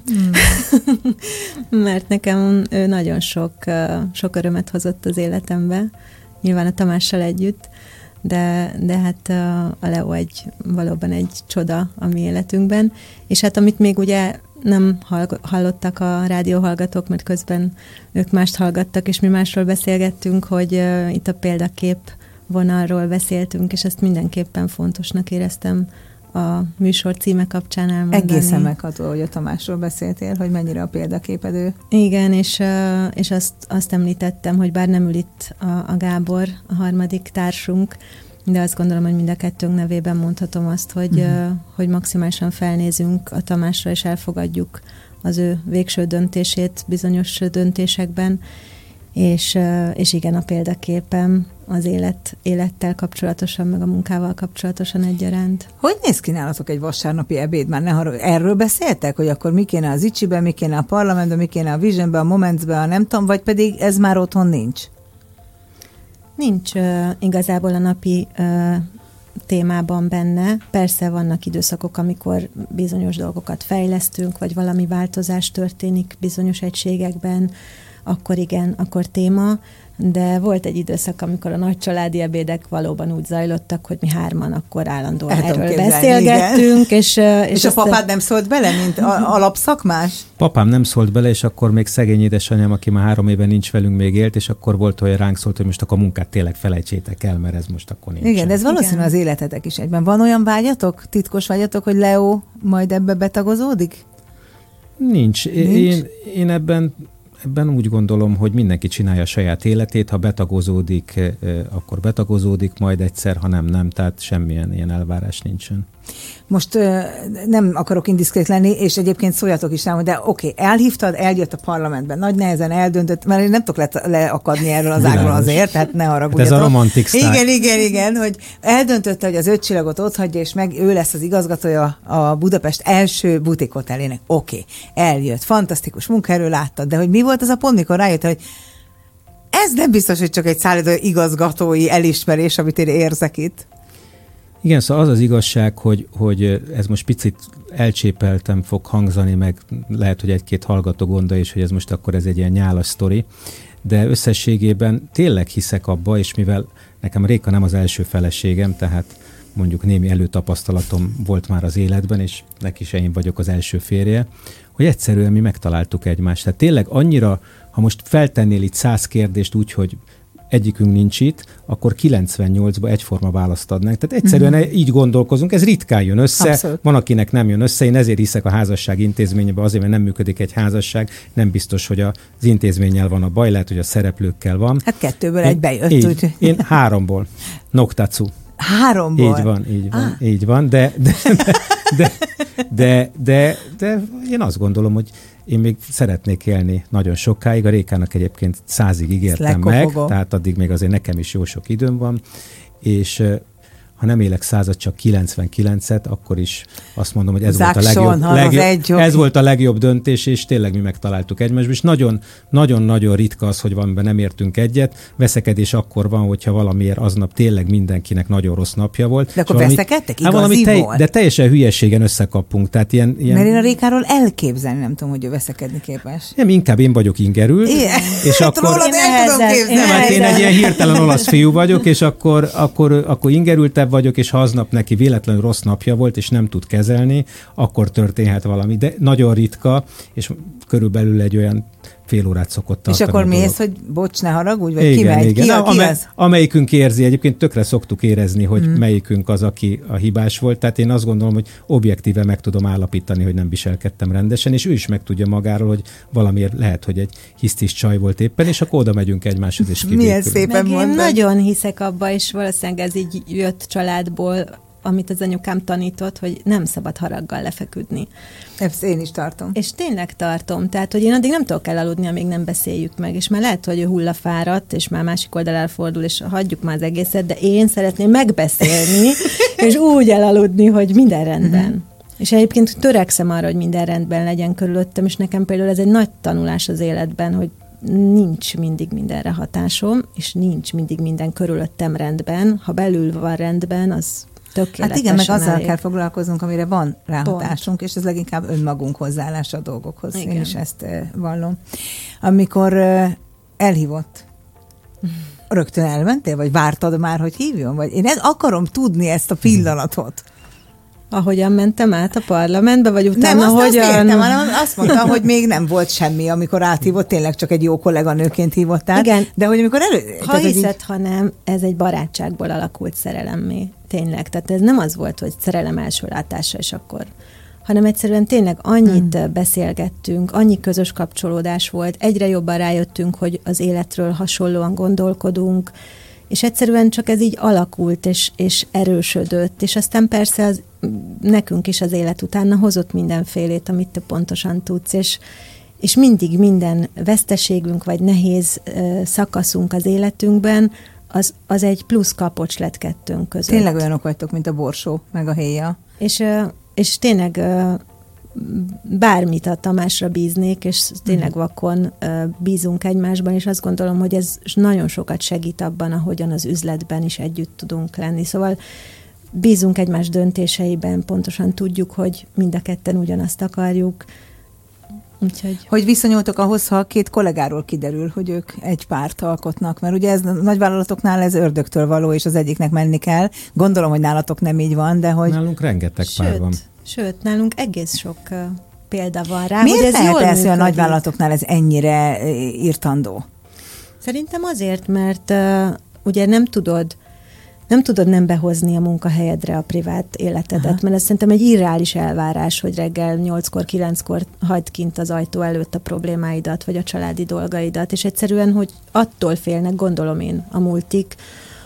mert nekem ő nagyon sok örömet hozott az életembe, nyilván a Tamással együtt, de hát a Leo valóban egy csoda a mi életünkben, és hát amit még ugye nem hallottak a rádióhallgatók, mert közben ők mást hallgattak, és mi másról beszélgettünk, hogy itt a példakép vonalról beszéltünk, és ezt mindenképpen fontosnak éreztem a műsor címe kapcsán elmondani. Egészen megható, hogy a Tamásról beszéltél, hogy mennyire a példaképed ő. Igen, és azt említettem, hogy bár nem ül itt a Gábor, a harmadik társunk, de azt gondolom, hogy mind a kettőnk nevében mondhatom azt, hogy maximálisan felnézünk a Tamásra, és elfogadjuk az ő végső döntését bizonyos döntésekben, és igen, a példaképem az élettel kapcsolatosan, meg a munkával kapcsolatosan egyaránt. Hogy néz ki nálatok egy vasárnapi ebéd? Már erről beszéltek, hogy akkor mi kéne az Icsiben, mi kéne a Parlamentben, mi kéne a Visionben, a Momentsben, a nem tudom, vagy pedig ez már otthon nincs? Nincs igazából a napi témában benne. Persze vannak időszakok, amikor bizonyos dolgokat fejlesztünk, vagy valami változás történik bizonyos egységekben, akkor igen, akkor téma, de volt egy időszak, amikor a nagy családi ebédek valóban úgy zajlottak, hogy mi hárman akkor állandóan erről beszélgettünk. És a papád nem szólt bele, mint alapszakmás? Papám nem szólt bele, és akkor még szegény édesanyám, aki már 3 éve nincs velünk, még élt, és akkor volt olyan ránk szólt, hogy most akkor a munkát tényleg felejtsétek el, mert ez most akkor nincs. Igen, de ez valószínű az életetek is egyben. Van olyan vágyatok, titkos vágyatok, hogy Leo majd ebbe betagozódik? Nincs. Én ebben ebben úgy gondolom, hogy mindenki csinálja a saját életét, ha betagozódik, akkor betagozódik majd egyszer, ha nem, tehát semmilyen ilyen elvárás nincsen. Most nem akarok indiszkrét lenni, és egyébként szóljatok is rám, de oké, elhívtad, eljött a parlamentben, nagy nehezen eldöntött, mert én nem tudok leakadni erről az ágról azért, tehát ne haragudjatok. Ez a romantik sztár. Igen, hogy eldöntötte, hogy az 5 csillagot otthagyja, és meg ő lesz az igazgatója a Budapest első butikhotelének. Oké, eljött, fantasztikus munkaerő, láttad, de hogy mi volt az a pont, mikor rájött, hogy ez nem biztos, hogy csak egy szállító igazgatói elismerés, amit én érzek itt. Igen, szóval az az igazság, hogy ez most picit elcsépeltem fog hangzani, meg lehet, hogy egy-két hallgató gondolja is, hogy ez most akkor ez egy ilyen nyálas sztori, de összességében tényleg hiszek abba, és mivel nekem Réka nem az első feleségem, tehát mondjuk némi előtapasztalatom volt már az életben, és neki se én vagyok az első férje, hogy egyszerűen mi megtaláltuk egymást. Tehát tényleg annyira, ha most feltennél itt 100 kérdést úgy, hogy egyikünk nincs itt, akkor 98-ban egyforma választ adnánk. Tehát egyszerűen így gondolkozunk, ez ritkán jön össze, abszolút. Van, akinek nem jön össze, én ezért hiszek a házasság intézményében, azért, mert nem működik egy házasság, nem biztos, hogy az intézménnyel van a baj, lehet, hogy a szereplőkkel van. Hát 2-ből egy bejött. Én 3-ból. Noktatsu. 3-ból? Így van, de én azt gondolom, hogy én még szeretnék élni nagyon sokáig, a Rékának egyébként 100-ig ígértem meg, tehát addig még azért nekem is jó sok időm van, és ha nem élek 100-at, csak 99-et, akkor is azt mondom, hogy ez volt a legjobb döntés, és tényleg mi megtaláltuk egymást, és nagyon-nagyon ritka az, hogy valamiben nem értünk egyet. Veszekedés akkor van, hogyha valamiért aznap tényleg mindenkinek nagyon rossz napja volt. De akkor veszekedtek? Igaziból? De teljesen hülyeségen összekapunk. Tehát ilyen... Mert én a Rékáról elképzelni nem tudom, hogy ő veszekedni képes. Nem, inkább én vagyok ingerült. És akkor... Rólad el tudom képzelni. Nem, én egy ilyen hirtelen olasz fiú vagyok, és akkor ingerültebb vagyok, és ha aznap neki véletlenül rossz napja volt, és nem tud kezelni, akkor történhet valami. De nagyon ritka, és körülbelül egy olyan fél órát szokott tartani. És akkor mész, hogy bocs, ne haragudj, vagy ki megy? Ki az? Amelyikünk érzi, egyébként tökre szoktuk érezni, hogy melyikünk az, aki a hibás volt. Tehát én azt gondolom, hogy objektíve meg tudom állapítani, hogy nem viselkedtem rendesen, és ő is meg tudja magáról, hogy valamiért lehet, hogy egy hisztis csaj volt éppen, és akkor oda megyünk egymáshoz, és kibékülünk. Milyen szépen mondtad. Én nagyon hiszek abba, és valószínűleg ez így jött családból, amit az anyukám tanított, hogy nem szabad haraggal lefeküdni. Ezt én is tartom. És tényleg tartom. Tehát, hogy én addig nem tudok elaludni, amíg nem beszéljük meg. És már lehet, hogy ő hullafáradt, és már másik oldalára fordul, és hagyjuk már az egészet, de én szeretném megbeszélni, és úgy elaludni, hogy minden rendben. És egyébként törekszem arra, hogy minden rendben legyen körülöttem, és nekem például ez egy nagy tanulás az életben, hogy nincs mindig mindenre hatásom, és nincs mindig minden körülöttem rendben. Ha belül van rendben, az tökéletesen. Hát igen, meg azzal kell foglalkoznunk, amire van ráhatásunk, és ez leginkább önmagunk hozzáállása a dolgokhoz. Igen. Én is ezt vallom. Amikor elhívott, rögtön elmentél, vagy vártad már, hogy hívjon? Vagy én akarom tudni ezt a pillanatot. Ahogyan mentem át a parlamentbe, vagy utána nem, hogyan? Nem, azt mondta, hogy még nem volt semmi, amikor áthívott, tényleg csak egy jó kolléganőként hívott át. Igen. De hogy amikor ha hiszed, ha nem, ez egy barátságból alakult szerelemmé. Tényleg. Tehát ez nem az volt, hogy szerelem első látása, és akkor, hanem egyszerűen tényleg annyit beszélgettünk, annyi közös kapcsolódás volt, egyre jobban rájöttünk, hogy az életről hasonlóan gondolkodunk, és egyszerűen csak ez így alakult, és erősödött, és aztán persze nekünk is az élet utána hozott mindenfélét, amit te pontosan tudsz, és mindig minden veszteségünk, vagy nehéz szakaszunk az életünkben, az egy plusz kapocs lett kettőnk között. Tényleg olyanok vagytok, mint a Borsó, meg a Héja. És tényleg bármit a Tamásra bíznék, és tényleg vakon bízunk egymásban, és azt gondolom, hogy ez nagyon sokat segít abban, ahogyan az üzletben is együtt tudunk lenni. Szóval bízunk egymás döntéseiben, pontosan tudjuk, hogy mind a ketten ugyanazt akarjuk. Úgyhogy... Hogy viszonyultok ahhoz, ha 2 kollégáról kiderül, hogy ők egy párt alkotnak? Mert ugye ez nagyvállalatoknál ez ördögtől való, és az egyiknek menni kell. Gondolom, hogy nálatok nem így van, de hogy... Nálunk rengeteg pár van. Sőt, nálunk egész sok példa van rá. Miért hogy ez lehet ez, hogy a nagyvállalatoknál ez ennyire írtandó? Szerintem azért, mert ugye nem tudod nem tudod nem behozni a munkahelyedre a privát életedet, mert ez szerintem egy irreális elvárás, hogy reggel 8-kor, 9-kor hagyd kint az ajtó előtt a problémáidat, vagy a családi dolgaidat, és egyszerűen, hogy attól félnek, gondolom én, a multik,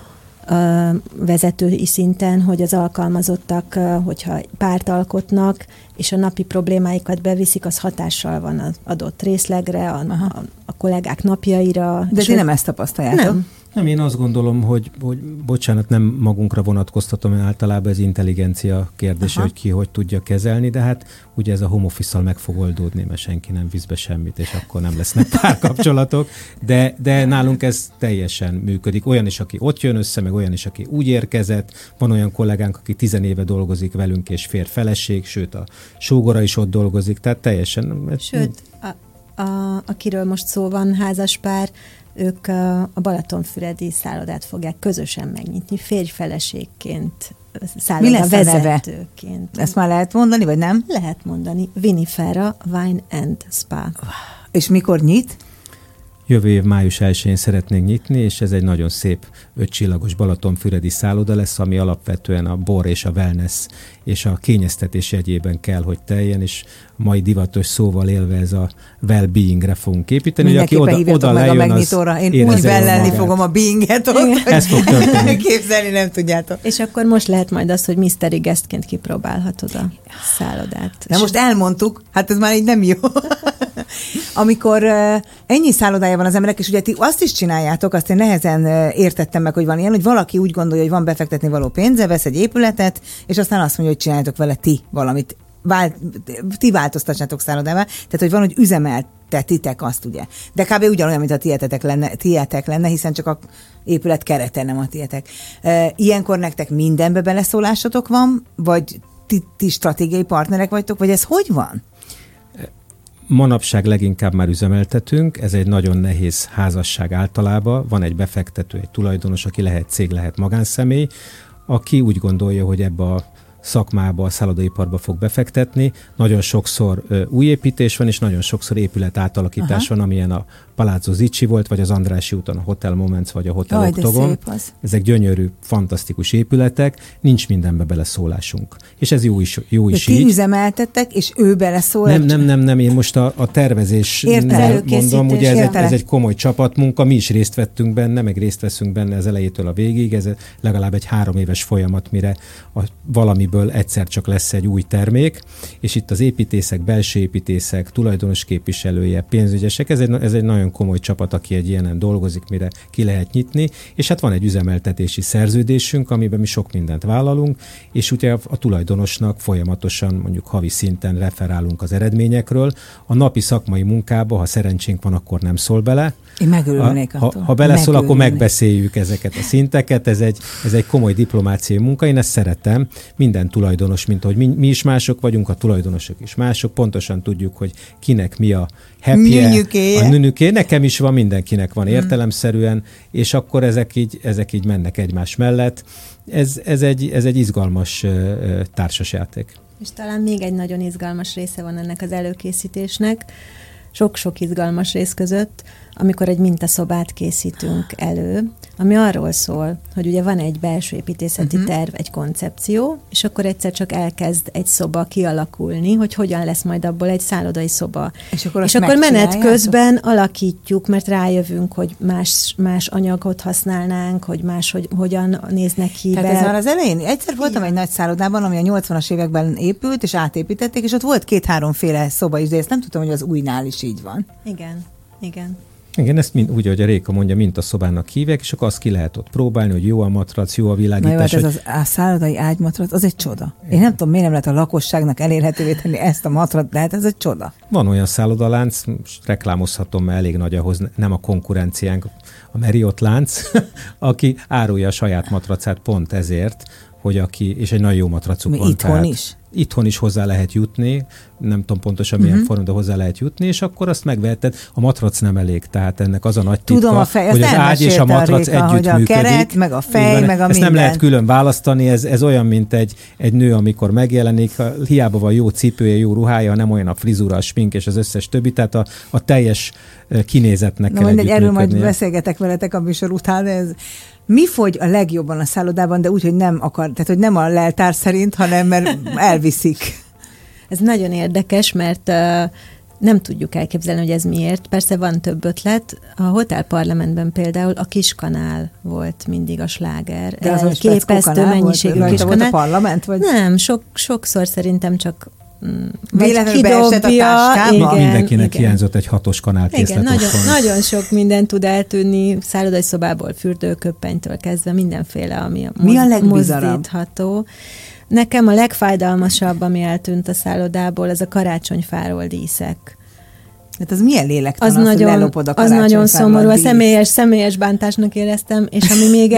vezetői szinten, hogy az alkalmazottak, hogyha párt alkotnak, és a napi problémáikat beviszik, az hatással van az adott részlegre, a kollégák napjaira. De ti nem ezt tapasztaljátok? Nem, én azt gondolom, hogy bocsánat, nem magunkra vonatkoztatom, mert általában ez intelligencia kérdése, hogy ki hogy tudja kezelni, de hát ugye ez a home office-szal meg fog oldódni, mert senki nem visz be semmit, és akkor nem lesznek párkapcsolatok, de nálunk ez teljesen működik. Olyan is, aki ott jön össze, meg olyan is, aki úgy érkezett. Van olyan kollégánk, aki 10 éve dolgozik velünk, és férj-feleség, sőt a sógora is ott dolgozik, tehát teljesen... Sőt, akiről most szó van, házaspár, ők a Balatonfüredi szállodát fogják közösen megnyitni, férj-feleségként, szállodavezetőként. Ezt már lehet mondani, vagy nem? Lehet mondani. Vinifera Wine and Spa. És mikor nyit? Jövő év május 1-én szeretnénk nyitni, és ez egy nagyon szép 5 csillagos balatonfüredi szálloda lesz, ami alapvetően a bor és a wellness és a kényeztetés jegyében kell, hogy teljen, és mai divatos szóval élve ez a well-beingre fogunk építeni. Mindenképpen hívjatok meg a megnyitóra. Én úgy wellelni fogom a beinget ott. Ez fog történni. Képzelni nem tudjátok. És akkor most lehet majd az, hogy mystery guestként kipróbálhatod a szállodát. De most elmondtuk, hát ez már így nem jó. Amikor ennyi szállodája van az emberek, és ugye ti azt is csináljátok, azt én nehezen értettem meg, hogy van ilyen, hogy valaki úgy gondolja, hogy van befektetni való pénze, vesz egy épületet, és aztán azt mondja, hogy csináljátok vele ti valamit. Ti változtassátok szállodává, tehát hogy van, hogy üzemeltetitek azt, ugye. De kb. Ugyanolyan, mint a tietek lenne, hiszen csak a épület kerete, nem a tietek. Ilyenkor nektek mindenbe beleszólásotok van, vagy ti stratégiai partnerek vagytok, vagy ez hogy van? Manapság leginkább már üzemeltetünk, ez egy nagyon nehéz házasság általában. Van egy befektető, egy tulajdonos, aki lehet cég, lehet magánszemély, aki úgy gondolja, hogy ebbe a szakmába, a szállodaiparba fog befektetni. Nagyon sokszor új építés van, és nagyon sokszor épület átalakítás van, amilyen a Palazzo Zicci volt, vagy az Andrássy úton a Hotel Moments, vagy a Hotel Octogon. Ezek gyönyörű, fantasztikus épületek, nincs mindenbe beleszólásunk. És ez jó is ti így. Üzemeltettek, és ő beleszól? Nem, én most a tervezés mondom, ugye ez egy komoly csapatmunka, mi is részt vettünk benne, meg részt veszünk benne az elejétől a végig, ez legalább egy 3 éves folyamat, mire valamiből egyszer csak lesz egy új termék, és itt az építészek, belső építészek, tulajdonos képviselője, pénzügyesek, ez egy nagyon komoly csapat, aki egy ilyenen dolgozik, mire ki lehet nyitni, és hát van egy üzemeltetési szerződésünk, amiben mi sok mindent vállalunk, és ugye a tulajdonosnak folyamatosan, mondjuk havi szinten referálunk az eredményekről. A napi szakmai munkába, ha szerencsénk van, akkor nem szól bele. Én megörülnék attól. Ha beleszól, akkor megbeszéljük ezeket a szinteket. Ez egy komoly diplomáciai munka, én ezt szeretem. Minden tulajdonos, mint hogy mi is mások vagyunk, a tulajdonosok is mások. Pontosan tudjuk, hogy kinek mi a happy-je, a nünüké. Nekem is van, mindenkinek van értelemszerűen, és akkor ezek így mennek egymás mellett. Ez egy izgalmas társasjáték. És talán még egy nagyon izgalmas része van ennek az előkészítésnek, sok-sok izgalmas rész között, amikor egy mintaszobát készítünk elő, ami arról szól, hogy ugye van egy belső építészeti terv, egy koncepció, és akkor egyszer csak elkezd egy szoba kialakulni, hogy hogyan lesz majd abból egy szállodai szoba. És akkor menet közben alakítjuk, mert rájövünk, hogy más anyagot használnánk, hogy hogyan néznek ki. Tehát ez már az elején? Egyszer voltam egy nagy szállodában, ami a 80-as években épült, és átépítették, és ott volt 2-3 féle szoba is, de ezt nem tudtam, hogy az újnál is így van. Igen. Igen, ezt úgy, ahogy a Réka mondja, mint a szobának hívják, és akkor azt ki lehet ott próbálni, hogy jó a matrac, jó a világítás. Na jó, hát a szállodai ágymatrac, az egy csoda. Én nem tudom, miért nem lehet a lakosságnak elérhetővé tenni ezt a matrac, de hát ez egy csoda. Van olyan szállodalánc, most reklámozhatom, mert elég nagy ahhoz, nem a konkurenciánk, a Marriott lánc, aki árulja a saját matracát pont ezért, hogy és egy nagyon jó matracuk van. Itthon is? Itthon is hozzá lehet jutni, nem tudom pontosan milyen formában, de hozzá lehet jutni, és akkor azt megveheted. A matrac nem elég, tehát ennek az a nagy titka, tudom, hogy az ágy és a matrac együtt hogy a működik. keret, meg a fej, meg a minden. Ezt nem lehet külön választani, ez olyan, mint egy nő, amikor megjelenik, hiába van jó cipője, jó ruhája, nem olyan a frizura, a smink és az összes többi, tehát a teljes kinézetnek kell együtt erről működnie. majd beszélgetek veletek a műsor után, ez Mi fogy a legjobban a szállodában, de úgy, hogy nem akar, tehát hogy nem a leltár szerint, hanem mert elviszik? Ez nagyon érdekes, mert nem tudjuk elképzelni, hogy ez miért. Persze van több ötlet. A Hotel Parlamentben például a kiskanál volt mindig a sláger. De az képesztő mennyiségű kiskanál. Volt a parlament? Vagy? Nem, sokszor szerintem csak véletlenül beesett a táskába? Igen, mindenkinek hiányzott egy 6-os kanálkészlet. Igen, nagyon sok minden tud eltűnni, szállodai szobából, fürdőköppenytől kezdve mindenféle, ami mozdítható. Nekem a legfájdalmasabb, ami eltűnt a szállodában, ez a karácsonyfáról díszek. Hát az milyen lélektan az, hogy lelopod a karácsonyfáról? Az nagyon szomorú, a személyes bántásnak éreztem, és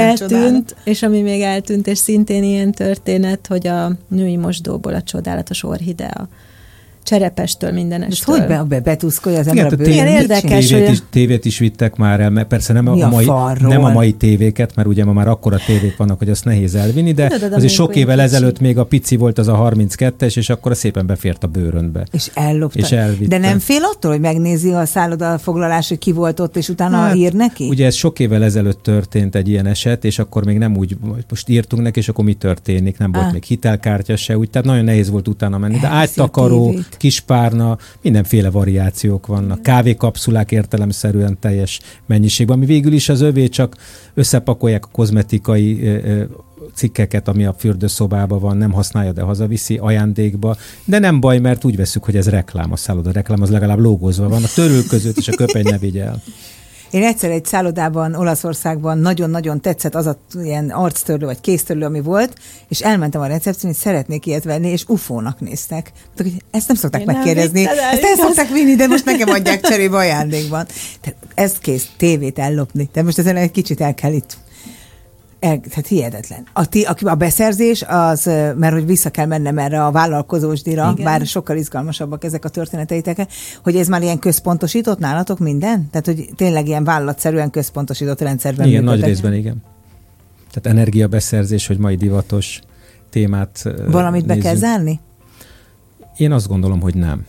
ami még eltűnt, és szintén ilyen történet, hogy a női mosdóból a csodálatos orchidea. Cserepestől, mindenestől. És hogy betuszkolja az ember a bőrön? Milyen érdekes, tévét is vittek már el, mert persze nem a mai tévéket, mert ugye ma már akkora tévék vannak, hogy azt nehéz elvinni, de azért sok évvel ezelőtt még a pici volt az a 32-es, és akkor szépen befért a bőrönbe. És ellopta. De nem fél attól, hogy megnézi a szállodafoglalás, hogy ki volt ott, és utána ír neki? Ugye ez sok évvel ezelőtt történt egy ilyen eset, és akkor még nem úgy, most írtunk neki, és akkor mi történik, nem volt még hitelkártya se, úgy, tehát nagyon nehéz volt utána menni. De ágytakaró, kispárna, mindenféle variációk vannak. Kávékapszulák értelemszerűen teljes mennyiségben, ami végül is az övé, csak összepakolják a kozmetikai cikkeket, ami a fürdőszobában van, nem használja, de hazaviszi ajándékba. De nem baj, mert úgy veszük, hogy ez reklám, a szálloda reklám, az legalább logózva van. A törül között és a köpeny ne vigye el. Én egyszer egy szállodában, Olaszországban nagyon-nagyon tetszett az a ilyen arctörlő vagy kéztörlő, ami volt, és elmentem a recepción, hogy szeretnék ilyet venni, és ufónak néztek. Ezt nem szokták megkérdezni. Ezt el szokták vinni, de most nekem adják cserébe ajándékban. Tehát ez kész, tévét ellopni. De most ezen egy kicsit el kell itt. Tehát hihetetlen. A beszerzés az, mert hogy vissza kell mennem erre a vállalkozósdira, bár sokkal izgalmasabbak ezek a történeteitek, hogy ez már ilyen központosított nálatok minden? Tehát, hogy tényleg ilyen vállalatszerűen központosított rendszerben igen, működtek? Nagy részben igen. Tehát energiabeszerzés, hogy mai divatos témát valamit nézzünk. Be kell zárni? Én azt gondolom, hogy nem.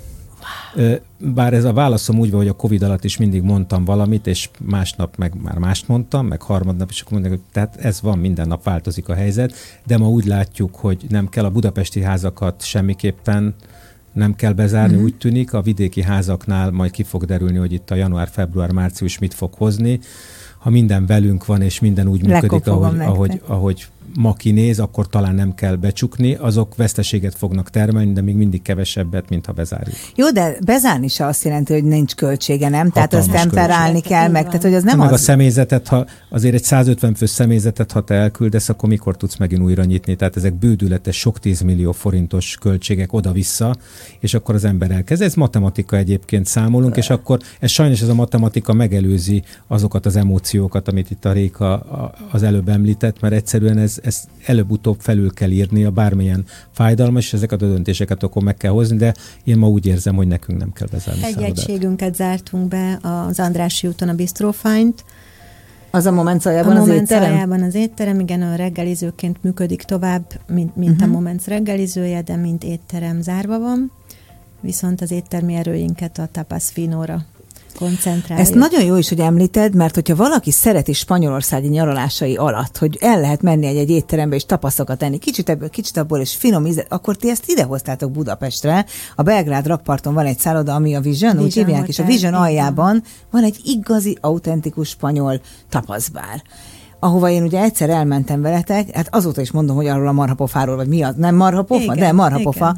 Bár ez a válaszom úgy van, hogy a Covid alatt is mindig mondtam valamit, és másnap meg már mást mondtam, meg harmadnap is akkor mondják, hogy tehát ez van, minden nap változik a helyzet, de ma úgy látjuk, hogy nem kell a budapesti házakat semmiképpen nem kell bezárni, úgy tűnik. A vidéki házaknál majd ki fog derülni, hogy itt a január, február, március mit fog hozni. Ha minden velünk van, és minden úgy működik, ahogy ma kinéz, akkor talán nem kell becsukni, azok veszteséget fognak termelni, de még mindig kevesebbet, mint ha bezárjuk. Jó, de bezárni se azt jelenti, hogy nincs költsége, nem? Tehát azt temperálni kell meg, tehát hogy az nem meg az... a személyzetet, ha azért egy 150 fős személyzetet, ha te elküldesz, akkor mikor tudsz megint újra nyitni? Tehát ezek bődületes, sok 10 millió forintos költségek oda-vissza, és akkor az ember elkezd. Ez matematika egyébként számolunk, és akkor sajnos ez a matematika megelőzi azokat az emóciókat, amit itt a Réka az előbb említett, mert egyszerűen ez előbb-utóbb felül kell írnia, bármilyen fájdalmas, és ezeket a döntéseket akkor meg kell hozni, de én ma úgy érzem, hogy nekünk nem kell bezárni szállodát. Egy egységünket zártunk be az Andrássy úton, a Bistro Find. Az a Moment Zaljában az étterem? A Moment Zaljában az étterem, igen, a reggelizőként működik tovább, mint a Moments reggelizője, de mint étterem zárva van, viszont az éttermi erőinket a Tapas Finóra koncentráljuk. Ezt nagyon jó is, hogy említed, mert hogyha valaki szereti spanyolországi nyaralásai alatt, hogy el lehet menni egy étterembe és tapaszokat enni, kicsit ebből, kicsit abból, és finom ízet, akkor ti ezt idehoztátok Budapestre. A Belgrád rakparton van egy szálloda, ami a Vision, úgy hívják, és a Vision aljában van egy igazi, autentikus spanyol tapaszbár, ahova én ugye egyszer elmentem veletek, hát azóta is mondom, hogy arról a marhapofáról, vagy mi az, nem marhapofa, igen, de marhapofa.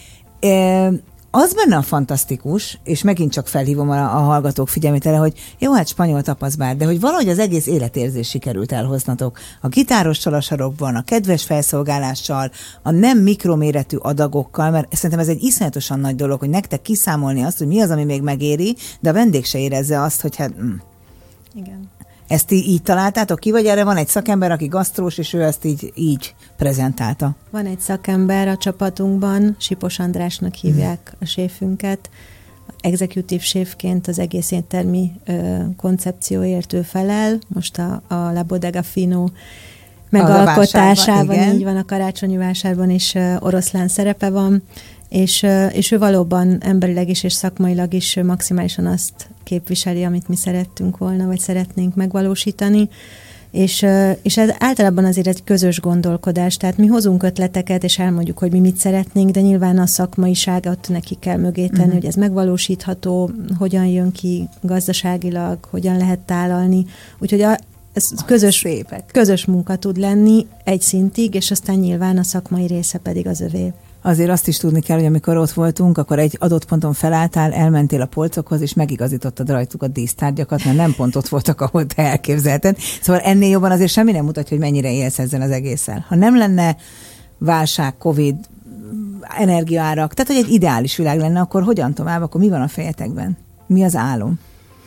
Az benne a fantasztikus, és megint csak felhívom a hallgatók figyelmét erre, hogy jó, hát spanyol tapaszbár, de hogy valahogy az egész életérzés sikerült elhoznatok. A gitárossal a sarokban, a kedves felszolgálással, a nem mikroméretű adagokkal, mert szerintem ez egy iszonyatosan nagy dolog, hogy nektek kiszámolni azt, hogy mi az, ami még megéri, de a vendég se érezze azt, hogy hát... Igen. Ezt így találtátok ki, vagy erre van egy szakember, aki gasztrós, és ő ezt így prezentálta? Van egy szakember a csapatunkban, Sipos Andrásnak hívják a séfünket. Executive séfként az egész éttermi koncepcióért ő felel. Most a La Bodega Fino megalkotásában, így van, a karácsonyi vásárban is oroszlán szerepe van, és ő valóban emberileg is és szakmailag is maximálisan azt képviseli, amit mi szerettünk volna, vagy szeretnénk megvalósítani. És ez általában azért egy közös gondolkodás, tehát mi hozunk ötleteket, és elmondjuk, hogy mi mit szeretnénk, de nyilván a szakmaiságot neki kell mögé tenni, hogy ez megvalósítható, hogyan jön ki gazdaságilag, hogyan lehet tálalni. Úgyhogy ez közös munka tud lenni egy szintig, és aztán nyilván a szakmai része pedig az övé. Azért azt is tudni kell, hogy amikor ott voltunk, akkor egy adott ponton felálltál, elmentél a polcokhoz, és megigazítottad rajtuk a dísztárgyakat, mert nem pont ott voltak, ahol te elképzelted. Szóval ennél jobban azért semmi nem mutatja, hogy mennyire élsz ezzel az egésszel. Ha nem lenne válság, Covid, energiaárak, tehát hogy egy ideális világ lenne, akkor hogyan tovább, akkor mi van a fejetekben? Mi az álom?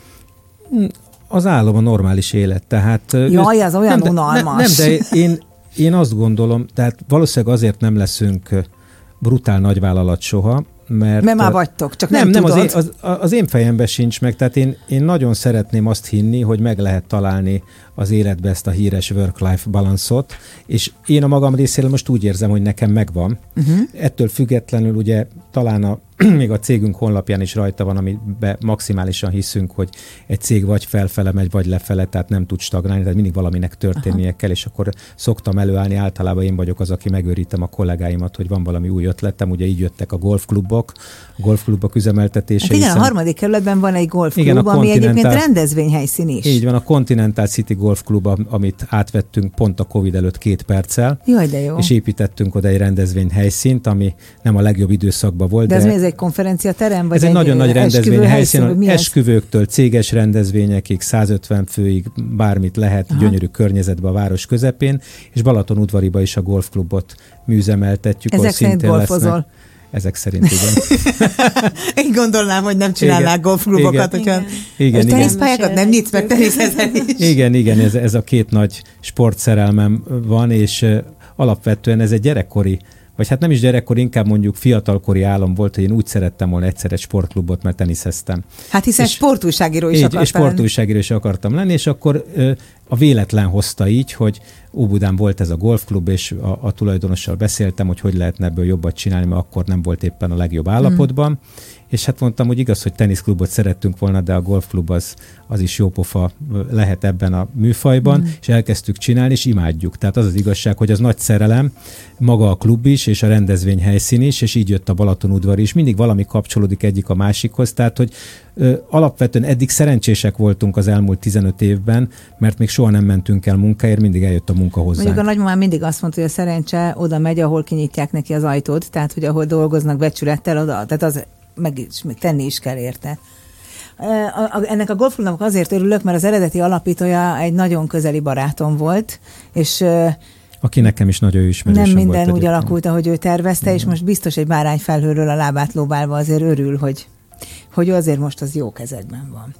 Az álom a normális élet, tehát... Jaj, az olyan unalmas. Nem, de én azt gondolom, tehát valószínűleg azért nem leszünk brutál nagyvállalat soha, mert már vagytok, csak nem tudod. Az én fejemben sincs meg, tehát én nagyon szeretném azt hinni, hogy meg lehet találni az életbe ezt a híres work-life balanszot, és én a magam részéről most úgy érzem, hogy nekem megvan. Ettől függetlenül ugye talán még a cégünk honlapján is rajta van, amiben maximálisan hiszünk, hogy egy cég vagy felfele megy, vagy lefele, tehát nem tud stagnálni, tehát mindig valaminek történnie kell, és akkor szoktam előállni, általában én vagyok az, aki megőrítem a kollégáimat, hogy van valami új ötletem, ugye így jöttek a golfklubok üzemeltetése. Hát igen, a 3. kerületben van egy golfklub, ami egyébként rendezvényhelyszín is. Így van, a Continental City Golfklub, amit átvettünk pont a Covid előtt 2 perccel. Jaj, de jó. És építettünk oda egy rendezvényhelyszínt, ami nem a legjobb időszakban volt. De ez egy konferenciaterem? Vagy ez egy nagyon nagy rendezvényhelyszín, esküvőktől céges rendezvényekig, 150 főig bármit lehet, gyönyörű környezetben a város közepén, és Balatonudvariba is a golfklubot műzemeltetjük. Ezek szerint golfozol? Ezek szerint igen. Én gondolnám, hogy nem csinálnák golfklubokat, hogyha teniszpályákat nem nyitsz meg teniszezni is. Igen, ez a 2 nagy sportszerelmem van, és alapvetően ez egy gyerekkori, vagy hát nem is gyerekkor, inkább mondjuk fiatalkori álom volt, hogy én úgy szerettem volna egyszer egy sportklubot, mert teniszeztem. Hát hiszen sportújságíró is akartam. És sportújságíró is akartam lenni, és akkor a véletlen hozta így, hogy Óbudán volt ez a golfklub, és a tulajdonossal beszéltem, hogy lehetne ebből jobbat csinálni, mert akkor nem volt éppen a legjobb állapotban. És hát mondtam, hogy igaz, hogy teniszklubot szerettünk volna, de a golfklub az is jópofa lehet ebben a műfajban, és elkezdtük csinálni, és imádjuk. Tehát az igazság, hogy az nagy szerelem, maga a klub is, és a rendezvényhelyszín is, és így jött a Balatonudvar is. Mindig valami kapcsolódik egyik a másikhoz, tehát hogy alapvetően eddig szerencsések voltunk az elmúlt 15 évben, mert még soha nem mentünk el munkáért, mindig eljött a munka hozzánk. Mondjuk a nagymamám mindig azt mondta, hogy a szerencse oda megy, ahol kinyitják neki az ajtót, tehát hogy ahol dolgoznak becsülettel, oda, tehát az meg tenni is kell érte. Ennek a golfklubnak azért örülök, mert az eredeti alapítója egy nagyon közeli barátom volt, és aki nekem is nagyon ismerősöm volt. Nem volt minden úgy alakult, ahogy ő tervezte, és most biztos egy bárányfelhőről a lábát lóbálva azért örül, hogy azért most az jó kezekben van.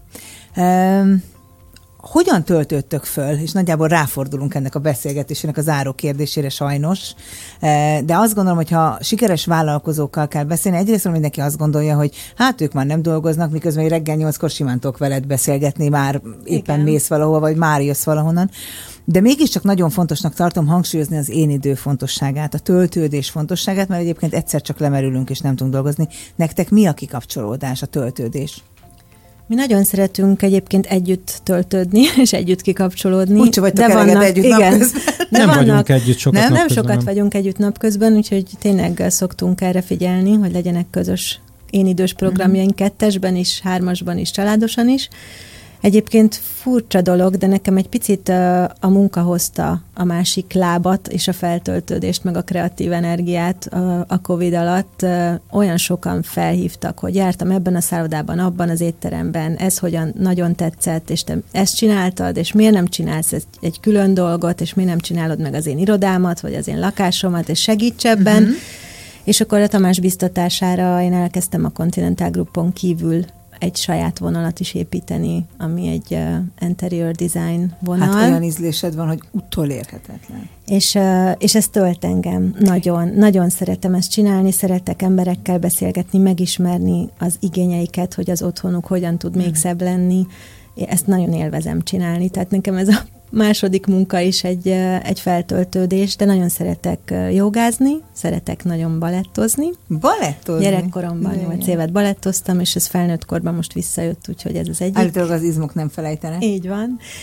Hogyan töltöttök föl, és nagyjából ráfordulunk ennek a beszélgetésének a záró kérdésére sajnos, de azt gondolom, hogy ha sikeres vállalkozókkal kell beszélni, egyrészt mindenki azt gondolja, hogy hát ők már nem dolgoznak, miközben reggel 8-kor simán tudok veled beszélgetni, már éppen mész valahol, vagy már jössz valahonnan. De mégiscsak nagyon fontosnak tartom hangsúlyozni az én idő fontosságát, a töltődés fontosságát, mert egyébként egyszer csak lemerülünk és nem tudunk dolgozni. Nektek mi a kikapcsolódás, a töltődés? Mi nagyon szeretünk egyébként együtt töltődni, és együtt kikapcsolódni. Úgy sem vagytok eleget együtt napközben. Nem vagyunk együtt sokat napközben. Nem sokat vagyunk együtt napközben, úgyhogy tényleg szoktunk erre figyelni, hogy legyenek közös én idős programjaink 2-esben is, 3-asban is, családosan is. Egyébként furcsa dolog, de nekem egy picit a munka hozta a másik lábat és a feltöltődést, meg a kreatív energiát a Covid alatt. Olyan sokan felhívtak, hogy jártam ebben a szállodában, abban az étteremben, ez hogyan nagyon tetszett, és te ezt csináltad, és miért nem csinálsz egy külön dolgot, és miért nem csinálod meg az én irodámat, vagy az én lakásomat, és segíts ebben. És akkor a Tamás biztatására én elkezdtem a Continental Groupon kívül egy saját vonalat is építeni, ami egy interior design vonal. Hát olyan ízlésed van, hogy utolérhetetlen. És ez tölt engem. Nagyon, nagyon szeretem ezt csinálni, szeretek emberekkel beszélgetni, megismerni az igényeiket, hogy az otthonuk hogyan tud még szebb lenni. Ezt nagyon élvezem csinálni, tehát nekem ez a második munka is egy feltöltődés, de nagyon szeretek jogázni, szeretek nagyon balettozni. Balettozni? Gyerekkoromban 8 évet balettoztam, és ez felnőtt korban most visszajött, úgyhogy ez az egyik. Állítólag az izmok nem felejtenek. Így van.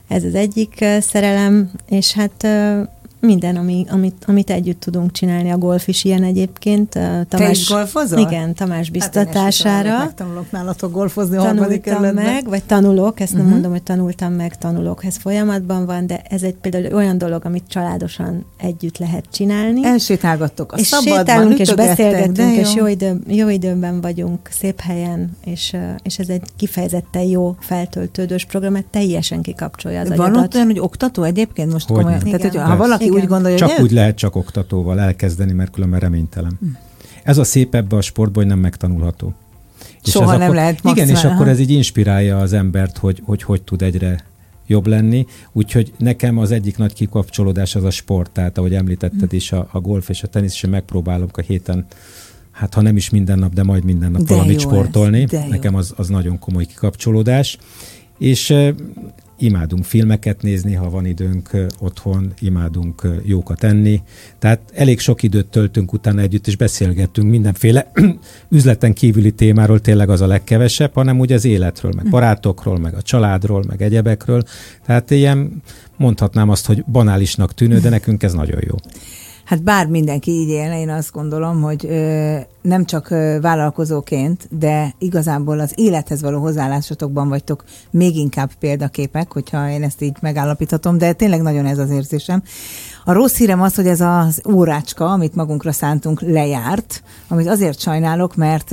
Ez az egyik szerelem, és hát minden, amit együtt tudunk csinálni. A golf is ilyen egyébként. Tamás, te is golfozol? Igen, Tamás biztatására. Hát megtanulok nálatok golfozni a harmadik kerületben. Meg, vagy tanulok, ezt nem mondom, hogy tanultam meg, tanulok. Ez folyamatban van, de ez egy például olyan dolog, amit családosan együtt lehet csinálni. Elsétálgattok a és szabadban, sétálunk, és beszélgetünk, és jó időben vagyunk, szép helyen, és ez egy kifejezetten jó feltöltődős program, mert teljesen kikapcsolja az agyadat. Van ott olyan, hogy oktató egyébként most komolyan? Tehát, hogy ha valaki úgy gondolja, csak úgy lehet csak oktatóval elkezdeni, mert különben reménytelen. Ez a szép ebbe a sportban, hogy nem megtanulható. Soha nem akkor, lehet igen, és akkor ez így inspirálja az embert, hogy tud egyre jobb lenni. Úgyhogy nekem az egyik nagy kikapcsolódás az a sport, tehát ahogy említetted is, a golf és a tenisz, és megpróbálok a héten, hát ha nem is minden nap, de majd minden nap valamit sportolni. Nekem az nagyon komoly kikapcsolódás. És imádunk filmeket nézni, ha van időnk otthon, imádunk jókat enni. Tehát elég sok időt töltünk utána együtt, és beszélgettünk mindenféle üzleten kívüli témáról, tényleg az a legkevesebb, hanem úgy az életről, meg barátokról, meg a családról, meg egyebekről. Tehát ilyen, mondhatnám azt, hogy banálisnak tűnő, de nekünk ez nagyon jó. Hát bár mindenki így élne, én azt gondolom, hogy nem csak vállalkozóként, de igazából az élethez való hozzáállásotokban vagytok még inkább példaképek, hogyha én ezt így megállapíthatom, de tényleg nagyon ez az érzésem. A rossz hírem az, hogy ez az órácska, amit magunkra szántunk, lejárt, amit azért sajnálok, mert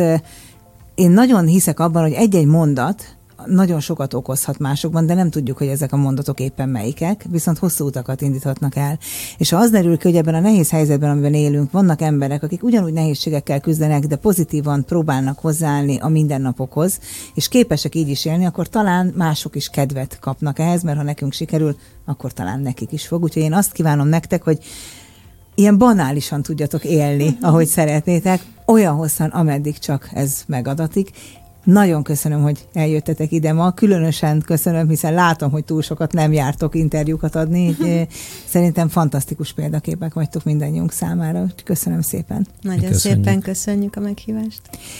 én nagyon hiszek abban, hogy egy-egy mondat nagyon sokat okozhat másokban, de nem tudjuk, hogy ezek a mondatok éppen melyikek, viszont hosszú utakat indíthatnak el. És ha az derül ki, hogy ebben a nehéz helyzetben, amiben élünk, vannak emberek, akik ugyanúgy nehézségekkel küzdenek, de pozitívan próbálnak hozzáállni a mindennapokhoz, és képesek így is élni, akkor talán mások is kedvet kapnak ehhez, mert ha nekünk sikerül, akkor talán nekik is fog. Úgyhogy én azt kívánom nektek, hogy ilyen banálisan tudjatok élni, ahogy szeretnétek, olyan hosszan, ameddig csak ez megadatik. Nagyon köszönöm, hogy eljöttetek ide ma. Különösen köszönöm, hiszen látom, hogy túl sokat nem jártok interjúkat adni. Szerintem fantasztikus példaképek vagytok mindannyiunk számára. Köszönöm szépen. Nagyon szépen köszönjük a meghívást.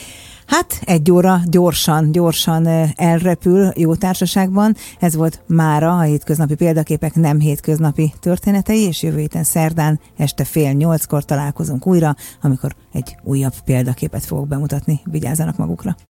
Hát 1 óra gyorsan elrepül jó társaságban. Ez volt mára a hétköznapi példaképek nem hétköznapi történetei, és jövő héten szerdán este 7:30 találkozunk újra, amikor egy újabb példaképet fogok bemutatni. Vigyázzanak magukra!